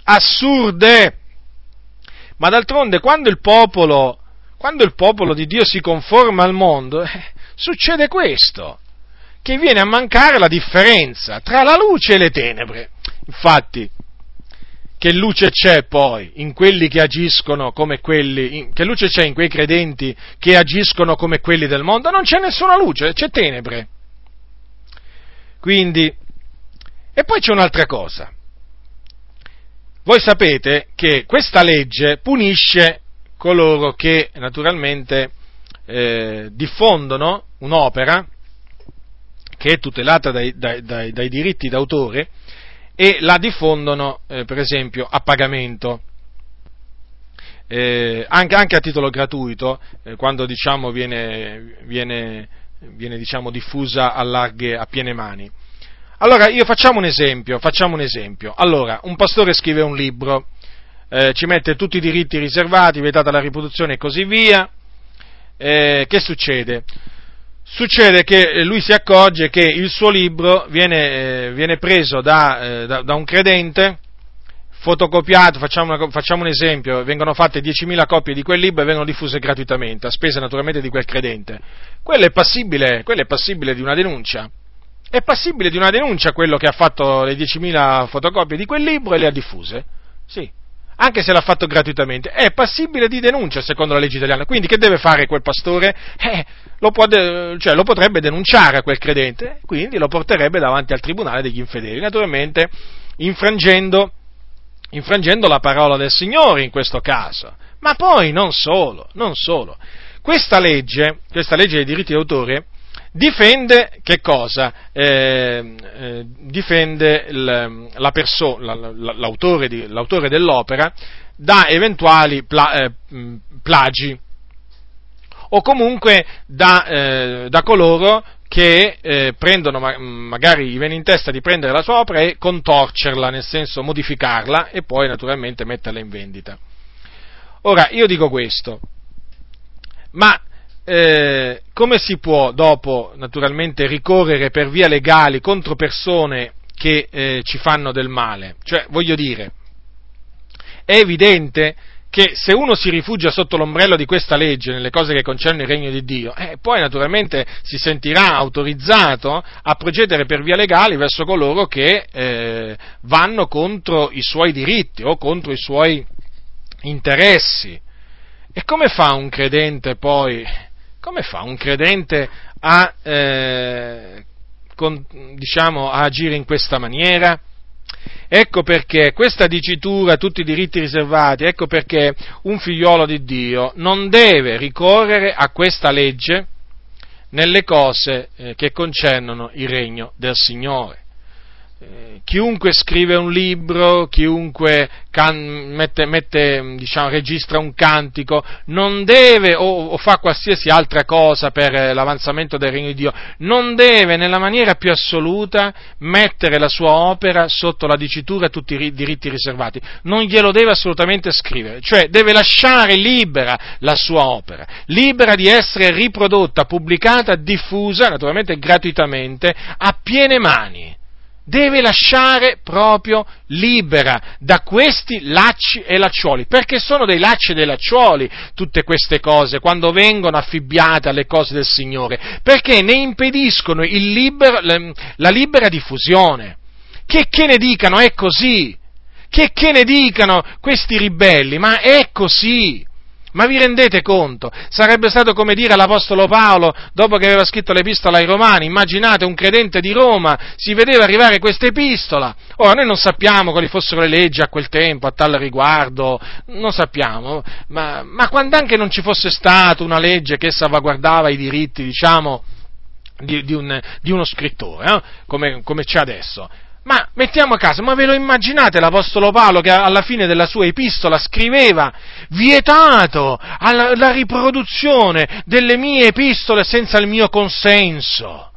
Ma d'altronde quando il popolo di Dio si conforma al mondo, succede questo, che viene a mancare la differenza tra la luce e le tenebre. Infatti, che luce c'è poi in quelli che agiscono come che luce c'è in quei credenti che agiscono come quelli del mondo? Non c'è nessuna luce, c'è tenebre. Quindi, e poi c'è un'altra cosa. Voi sapete che questa legge punisce coloro che naturalmente diffondono un'opera che è tutelata dai diritti d'autore e la diffondono, per esempio, a pagamento, anche a titolo gratuito, quando diciamo viene diffusa a piene mani. Allora, facciamo un esempio. Allora, un pastore scrive un libro, ci mette tutti i diritti riservati, vietata la riproduzione e così via. Che succede? Succede che lui si accorge che il suo libro viene preso da un credente, fotocopiato, facciamo un esempio, vengono fatte 10.000 copie di quel libro e vengono diffuse gratuitamente, a spese naturalmente di quel credente. Quello è passibile di una denuncia. È passibile di una denuncia quello che ha fatto le 10.000 fotocopie di quel libro e le ha diffuse? Sì. Anche se l'ha fatto gratuitamente, è passibile di denuncia secondo la legge italiana. Quindi che deve fare quel pastore? Lo potrebbe denunciare a quel credente, quindi lo porterebbe davanti al tribunale degli infedeli, naturalmente infrangendo la parola del Signore in questo caso. Ma poi non solo. Questa legge dei diritti d'autore difende che cosa? Difende la persona, l'autore dell'opera da eventuali plagi o comunque da coloro che prendono, magari gli viene in testa di prendere la sua opera e contorcerla, nel senso modificarla e poi naturalmente metterla in vendita. Ora, io dico questo, ma come si può dopo, naturalmente, ricorrere per via legali contro persone che ci fanno del male? Cioè, voglio dire, è evidente che se uno si rifugia sotto l'ombrello di questa legge nelle cose che concernono il regno di Dio, poi naturalmente si sentirà autorizzato a procedere per via legali verso coloro che vanno contro i suoi diritti o contro i suoi interessi. E come fa un credente poi, a, a agire in questa maniera? Ecco perché questa dicitura, tutti i diritti riservati, ecco perché un figliolo di Dio non deve ricorrere a questa legge nelle cose che concernono il regno del Signore. Chiunque scrive un libro, chiunque registra un cantico, non deve, o fa qualsiasi altra cosa per l'avanzamento del regno di Dio, non deve nella maniera più assoluta mettere la sua opera sotto la dicitura tutti i diritti riservati, non glielo deve assolutamente scrivere, cioè deve lasciare libera la sua opera, libera di essere riprodotta, pubblicata, diffusa, naturalmente gratuitamente, a piene mani. Deve lasciare proprio libera da questi lacci e lacciuoli, perché sono dei lacci e dei lacciuoli tutte queste cose quando vengono affibbiate alle cose del Signore, perché ne impediscono la libera diffusione. Che ne dicano è così, che ne dicano questi ribelli, ma è così. Ma vi rendete conto? Sarebbe stato come dire all'Apostolo Paolo, dopo che aveva scritto l'epistola ai Romani, immaginate un credente di Roma, si vedeva arrivare questa epistola. Ora, noi non sappiamo quali fossero le leggi a quel tempo, a tal riguardo, non sappiamo, ma quando anche non ci fosse stata una legge che salvaguardava i diritti, diciamo, di uno scrittore, come c'è adesso. Ma mettiamo a caso, ma ve lo immaginate l'Apostolo Paolo che alla fine della sua epistola scriveva: vietato la riproduzione delle mie epistole senza il mio consenso,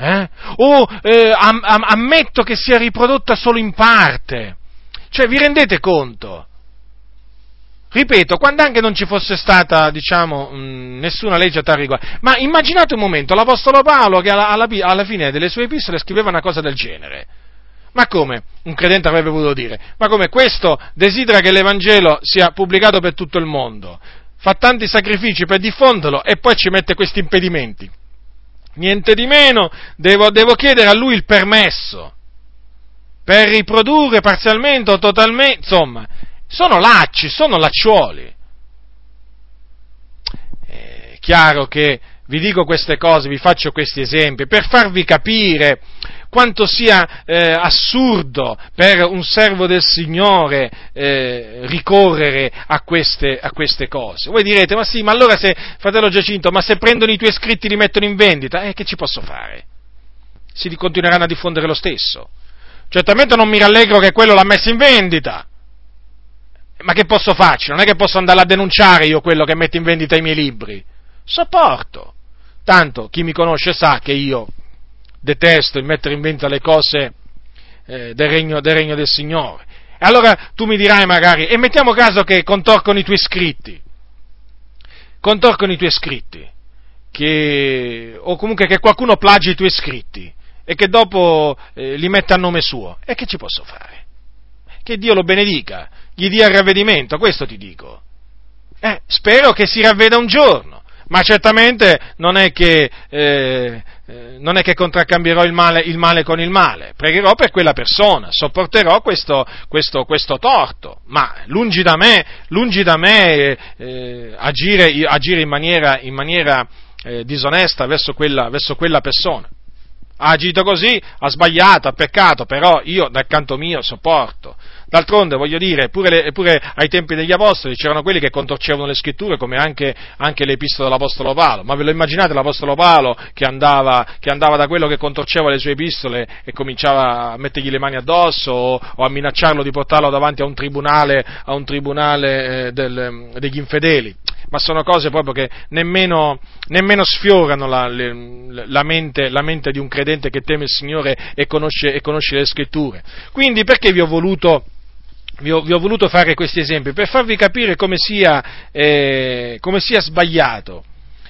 ammetto che sia riprodotta solo in parte. Cioè, vi rendete conto? Ripeto, quando anche non ci fosse stata, nessuna legge a tal riguardo. Ma immaginate un momento, l'Apostolo Paolo che alla fine delle sue epistole scriveva una cosa del genere. Ma come? Un credente avrebbe voluto dire, ma come questo desidera che l'Evangelo sia pubblicato per tutto il mondo, fa tanti sacrifici per diffonderlo e poi ci mette questi impedimenti. Niente di meno, devo chiedere a lui il permesso per riprodurre parzialmente o totalmente, insomma, sono lacci, sono lacciuoli. È chiaro che vi dico queste cose, vi faccio questi esempi per farvi capire quanto sia assurdo per un servo del Signore ricorrere a queste cose. Voi direte, ma allora se, fratello Giacinto, ma se prendono i tuoi scritti e li mettono in vendita, che ci posso fare? Si continueranno a diffondere lo stesso. Certamente non mi rallegro che quello l'ha messo in vendita, ma che posso farci? Non è che posso andare a denunciare io quello che mette in vendita i miei libri. Sopporto. Tanto chi mi conosce sa che io detesto il mettere in vendita le cose del regno del Signore. E allora tu mi dirai magari, e mettiamo caso che contorcono i tuoi scritti, o comunque che qualcuno plagi i tuoi scritti, e che dopo li mette a nome suo, e che ci posso fare? Che Dio lo benedica, gli dia il ravvedimento, questo ti dico. Spero che si ravveda un giorno, ma certamente non è che contraccambierò il male con il male, pregherò per quella persona, sopporterò questo torto, ma lungi da me agire in maniera disonesta verso quella persona. Ha agito così, ha sbagliato, ha peccato, però io dal canto mio sopporto. D'altronde, voglio dire, pure ai tempi degli Apostoli c'erano quelli che contorcevano le scritture, come anche l'epistola dell'Apostolo Paolo. Ma ve lo immaginate l'Apostolo Paolo che andava da quello che contorceva le sue epistole e cominciava a mettergli le mani addosso o a minacciarlo di portarlo davanti a un tribunale degli infedeli? Ma sono cose proprio che nemmeno sfiorano la mente di un credente che teme il Signore e conosce le Scritture. Quindi perché vi ho voluto vi ho voluto fare questi esempi per farvi capire come sia sbagliato,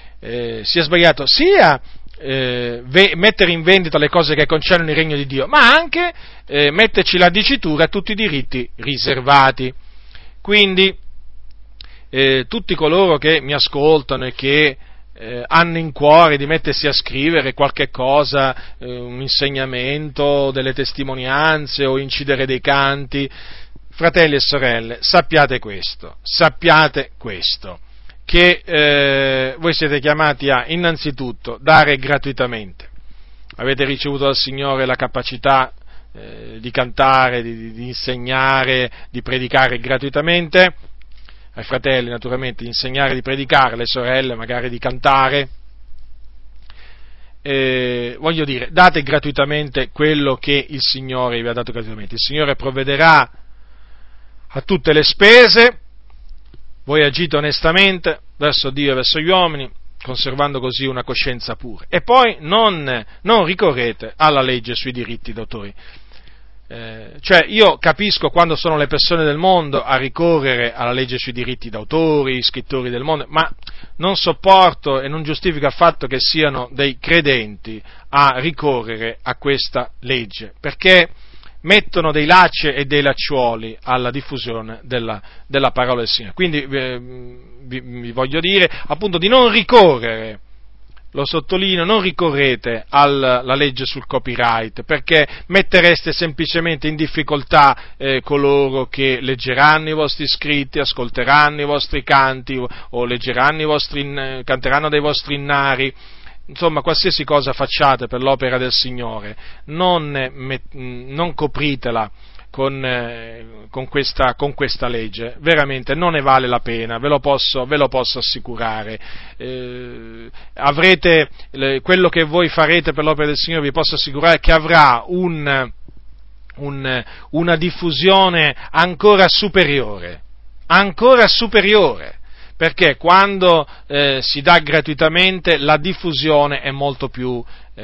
sia mettere in vendita le cose che concernono il regno di Dio, ma anche metterci la dicitura a tutti i diritti riservati. Quindi tutti coloro che mi ascoltano e che hanno in cuore di mettersi a scrivere qualche cosa, un insegnamento, delle testimonianze o incidere dei canti, fratelli e sorelle, sappiate questo, che voi siete chiamati a innanzitutto dare gratuitamente. Avete ricevuto dal Signore la capacità di cantare, di insegnare, di predicare gratuitamente, ai fratelli naturalmente di insegnare, di predicare, alle sorelle magari di cantare. Voglio dire, date gratuitamente quello che il Signore vi ha dato gratuitamente. Il Signore provvederà a tutte le spese, voi agite onestamente verso Dio e verso gli uomini, conservando così una coscienza pura. E poi non ricorrete alla legge sui diritti d'autore. Cioè, io capisco quando sono le persone del mondo a ricorrere alla legge sui diritti d'autore, scrittori del mondo, ma non sopporto e non giustifico affatto che siano dei credenti a ricorrere a questa legge, perché mettono dei lacci e dei lacciuoli alla diffusione della parola del Signore. Quindi vi voglio dire appunto di non ricorrere, lo sottolineo, non ricorrete alla legge sul copyright, perché mettereste semplicemente in difficoltà coloro che leggeranno i vostri scritti, ascolteranno i vostri canti o leggeranno canteranno dei vostri innari. Insomma, qualsiasi cosa facciate per l'opera del Signore, non copritela con questa legge, veramente non ne vale la pena, ve lo posso assicurare. Avrete quello che voi farete per l'opera del Signore, vi posso assicurare che avrà una diffusione ancora superiore, perché quando si dà gratuitamente la diffusione è molto più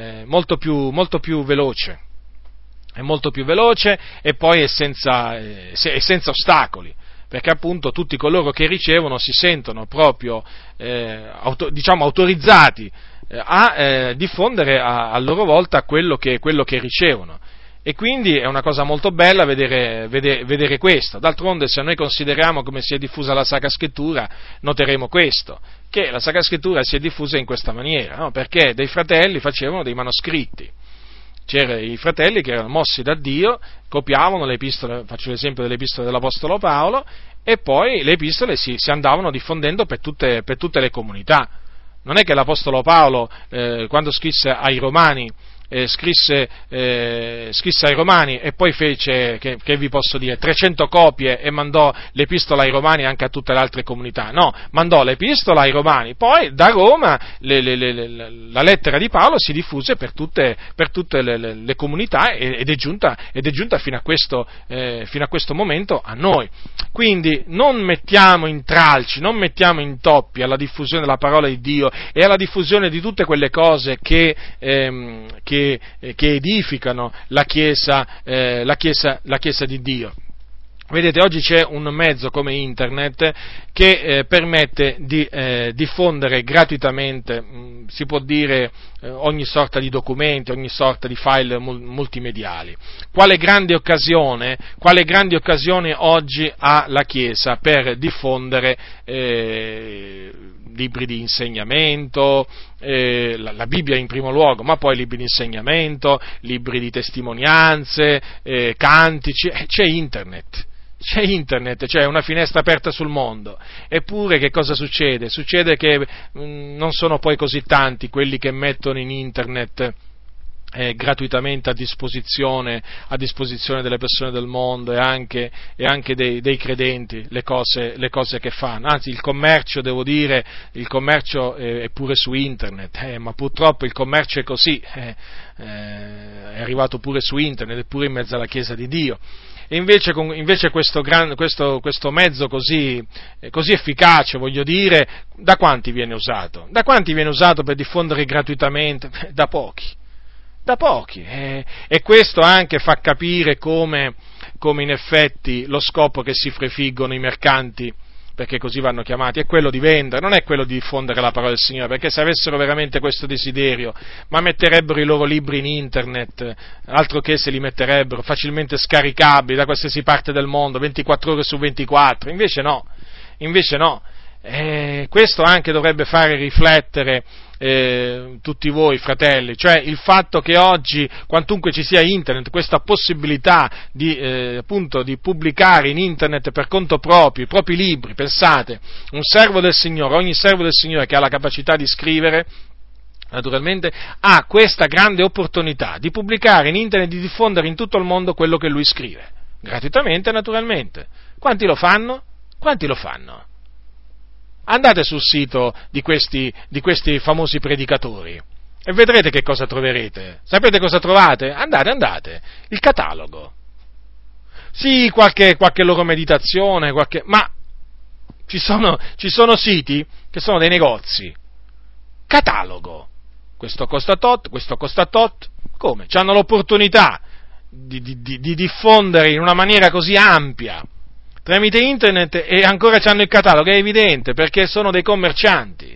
veloce. È molto più veloce e poi è senza ostacoli, perché appunto tutti coloro che ricevono si sentono proprio autorizzati a diffondere a loro volta quello che ricevono. E quindi è una cosa molto bella vedere questo. D'altronde, se noi consideriamo come si è diffusa la Sacra Scrittura, noteremo questo, che la Sacra Scrittura si è diffusa in questa maniera, no? Perché dei fratelli facevano dei manoscritti. C'erano i fratelli che erano mossi da Dio, copiavano le epistole, faccio l'esempio delle epistole dell'Apostolo Paolo, e poi le epistole si andavano diffondendo per tutte le comunità. Non è che l'Apostolo Paolo, quando scrisse ai Romani, scrisse ai Romani e poi fece, che vi posso dire, 300 copie e mandò l'epistola ai Romani anche a tutte le altre comunità. No, mandò l'epistola ai Romani, poi da Roma la lettera di Paolo si diffuse per tutte le comunità ed è giunta fino a questo momento a noi. Quindi non mettiamo intralci, non mettiamo intoppi alla diffusione della parola di Dio e alla diffusione di tutte quelle cose che edificano la Chiesa di Dio. Vedete, oggi c'è un mezzo come Internet che permette di diffondere gratuitamente, si può dire, ogni sorta di documenti, ogni sorta di file multimediali. Quale grande occasione oggi ha la Chiesa per diffondere libri di insegnamento, la Bibbia in primo luogo, ma poi libri di insegnamento, libri di testimonianze, cantici, c'è Internet, c'è una finestra aperta sul mondo. Eppure che cosa succede? Succede che non sono poi così tanti quelli che mettono in Internet gratuitamente a disposizione delle persone del mondo e anche dei credenti le cose che fanno. Anzi, il commercio è pure su Internet, ma purtroppo il commercio è così, è arrivato pure su Internet, è pure in mezzo alla Chiesa di Dio. E invece questo mezzo così efficace, voglio dire, da quanti viene usato? Da quanti viene usato per diffondere gratuitamente? Da pochi. E questo anche fa capire come come in effetti lo scopo che si prefiggono i mercanti, perché così vanno chiamati, è quello di vendere, non è quello di diffondere la parola del Signore, perché se avessero veramente questo desiderio, ma metterebbero i loro libri in internet, altro che se li metterebbero facilmente scaricabili da qualsiasi parte del mondo, 24 ore su 24, invece no. Questo anche dovrebbe fare riflettere tutti voi, fratelli, cioè il fatto che oggi, quantunque ci sia internet, questa possibilità appunto di pubblicare in internet per conto proprio i propri libri, pensate, un servo del Signore, ogni servo del Signore che ha la capacità di scrivere, naturalmente, ha questa grande opportunità di pubblicare in internet, di diffondere in tutto il mondo quello che lui scrive, gratuitamente, naturalmente. Quanti lo fanno? Andate sul sito di questi famosi predicatori e vedrete che cosa troverete. Sapete cosa trovate? Andate. Il catalogo. Sì, qualche loro meditazione, ma ci sono siti che sono dei negozi. Catalogo. Questo costa tot, questo costa tot. Come? C'hanno l'opportunità di diffondere in una maniera così ampia tramite internet e ancora c'hanno il catalogo, è evidente, perché sono dei commercianti.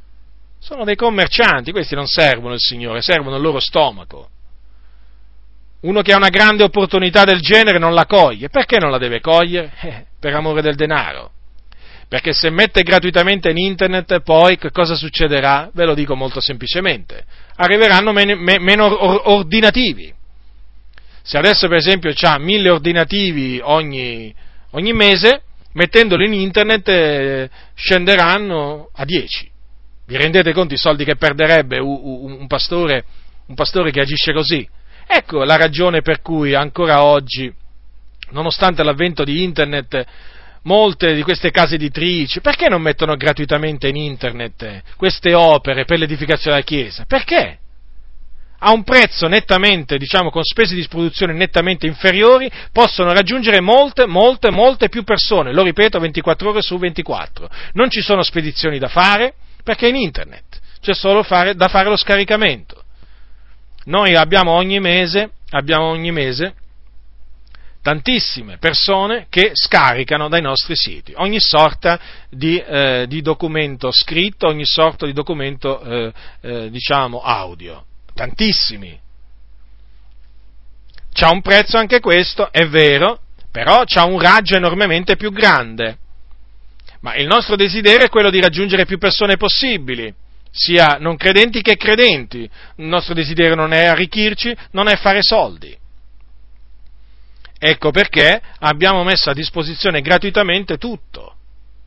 Questi non servono il Signore, servono il loro stomaco. Uno che ha una grande opportunità del genere non la coglie. Perché non la deve cogliere? Per amore del denaro. Perché se mette gratuitamente in internet, poi che cosa succederà? Ve lo dico molto semplicemente. Arriveranno meno ordinativi. Se adesso per esempio c'ha 1000 ordinativi ogni mese, mettendolo in internet scenderanno a 10. Vi rendete conto i soldi che perderebbe un pastore che agisce così? Ecco la ragione per cui ancora oggi, nonostante l'avvento di internet, molte di queste case editrici, perché non mettono gratuitamente in internet queste opere per l'edificazione della Chiesa? Perché? A un prezzo nettamente, con spese di produzione nettamente inferiori, possono raggiungere molte più persone, lo ripeto, 24 ore su 24. Non ci sono spedizioni da fare, perché è in internet, c'è solo da fare lo scaricamento. Noi abbiamo ogni mese tantissime persone che scaricano dai nostri siti ogni sorta di documento scritto, ogni sorta di documento, audio. Tantissimi. C'ha un prezzo anche questo, è vero, però c'ha un raggio enormemente più grande. Ma il nostro desiderio è quello di raggiungere più persone possibili, sia non credenti che credenti. Il nostro desiderio non è arricchirci, non è fare soldi. Ecco perché abbiamo messo a disposizione gratuitamente tutto.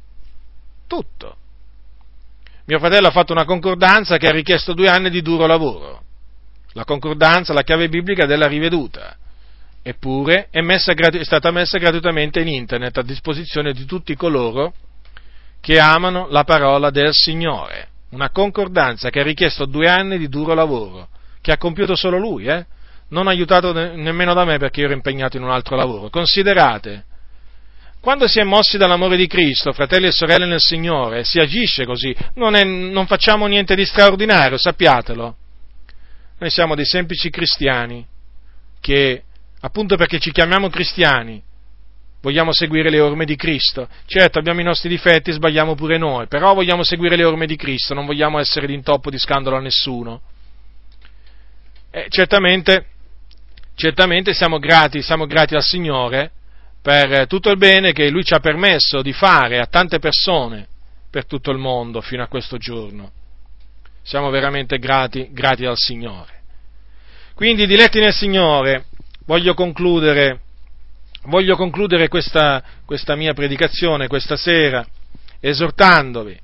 Mio fratello ha fatto una concordanza che ha richiesto 2 anni di duro lavoro. La concordanza, la chiave biblica della riveduta, eppure è stata messa gratuitamente in internet a disposizione di tutti coloro che amano la parola del Signore. Una concordanza che ha richiesto 2 anni di duro lavoro, che ha compiuto solo lui, non aiutato nemmeno da me perché io ero impegnato in un altro lavoro. Considerate, quando si è mossi dall'amore di Cristo, fratelli e sorelle nel Signore, si agisce così, non facciamo niente di straordinario, sappiatelo. Noi siamo dei semplici cristiani che, appunto perché ci chiamiamo cristiani, vogliamo seguire le orme di Cristo. Certo, abbiamo i nostri difetti, sbagliamo pure noi, però vogliamo seguire le orme di Cristo, non vogliamo essere d'intoppo di scandalo a nessuno. Certamente siamo grati al Signore per tutto il bene che Lui ci ha permesso di fare a tante persone per tutto il mondo fino a questo giorno. Siamo veramente grati al Signore. Quindi, diletti nel Signore, voglio concludere questa mia predicazione questa sera esortandovi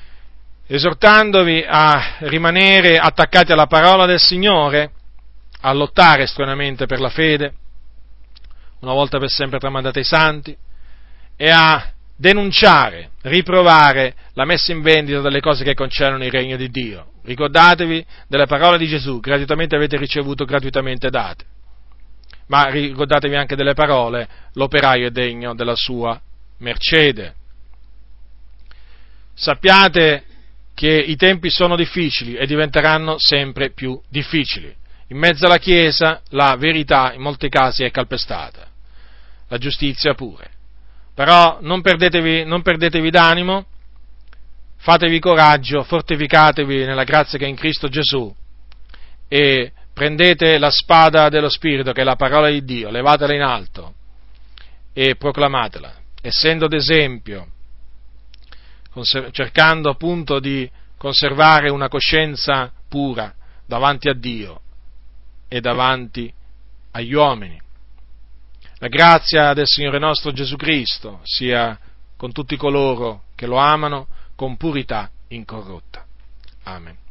a rimanere attaccati alla parola del Signore, a lottare stranamente per la fede, una volta per sempre tramandata ai santi, e a denunciare, riprovare la messa in vendita delle cose che concernono il regno di Dio. Ricordatevi delle parole di Gesù: gratuitamente avete ricevuto, gratuitamente date. Ma ricordatevi anche delle parole: l'operaio è degno della sua mercede. Sappiate che i tempi sono difficili e diventeranno sempre più difficili. In mezzo alla Chiesa la verità in molti casi è calpestata. la giustizia pure. Però non perdetevi d'animo, fatevi coraggio, fortificatevi nella grazia che è in Cristo Gesù e prendete la spada dello Spirito, che è la parola di Dio, levatela in alto e proclamatela, essendo d'esempio, cercando appunto di conservare una coscienza pura davanti a Dio e davanti agli uomini. La grazia del Signore nostro Gesù Cristo sia con tutti coloro che lo amano con purità incorrotta. Amen.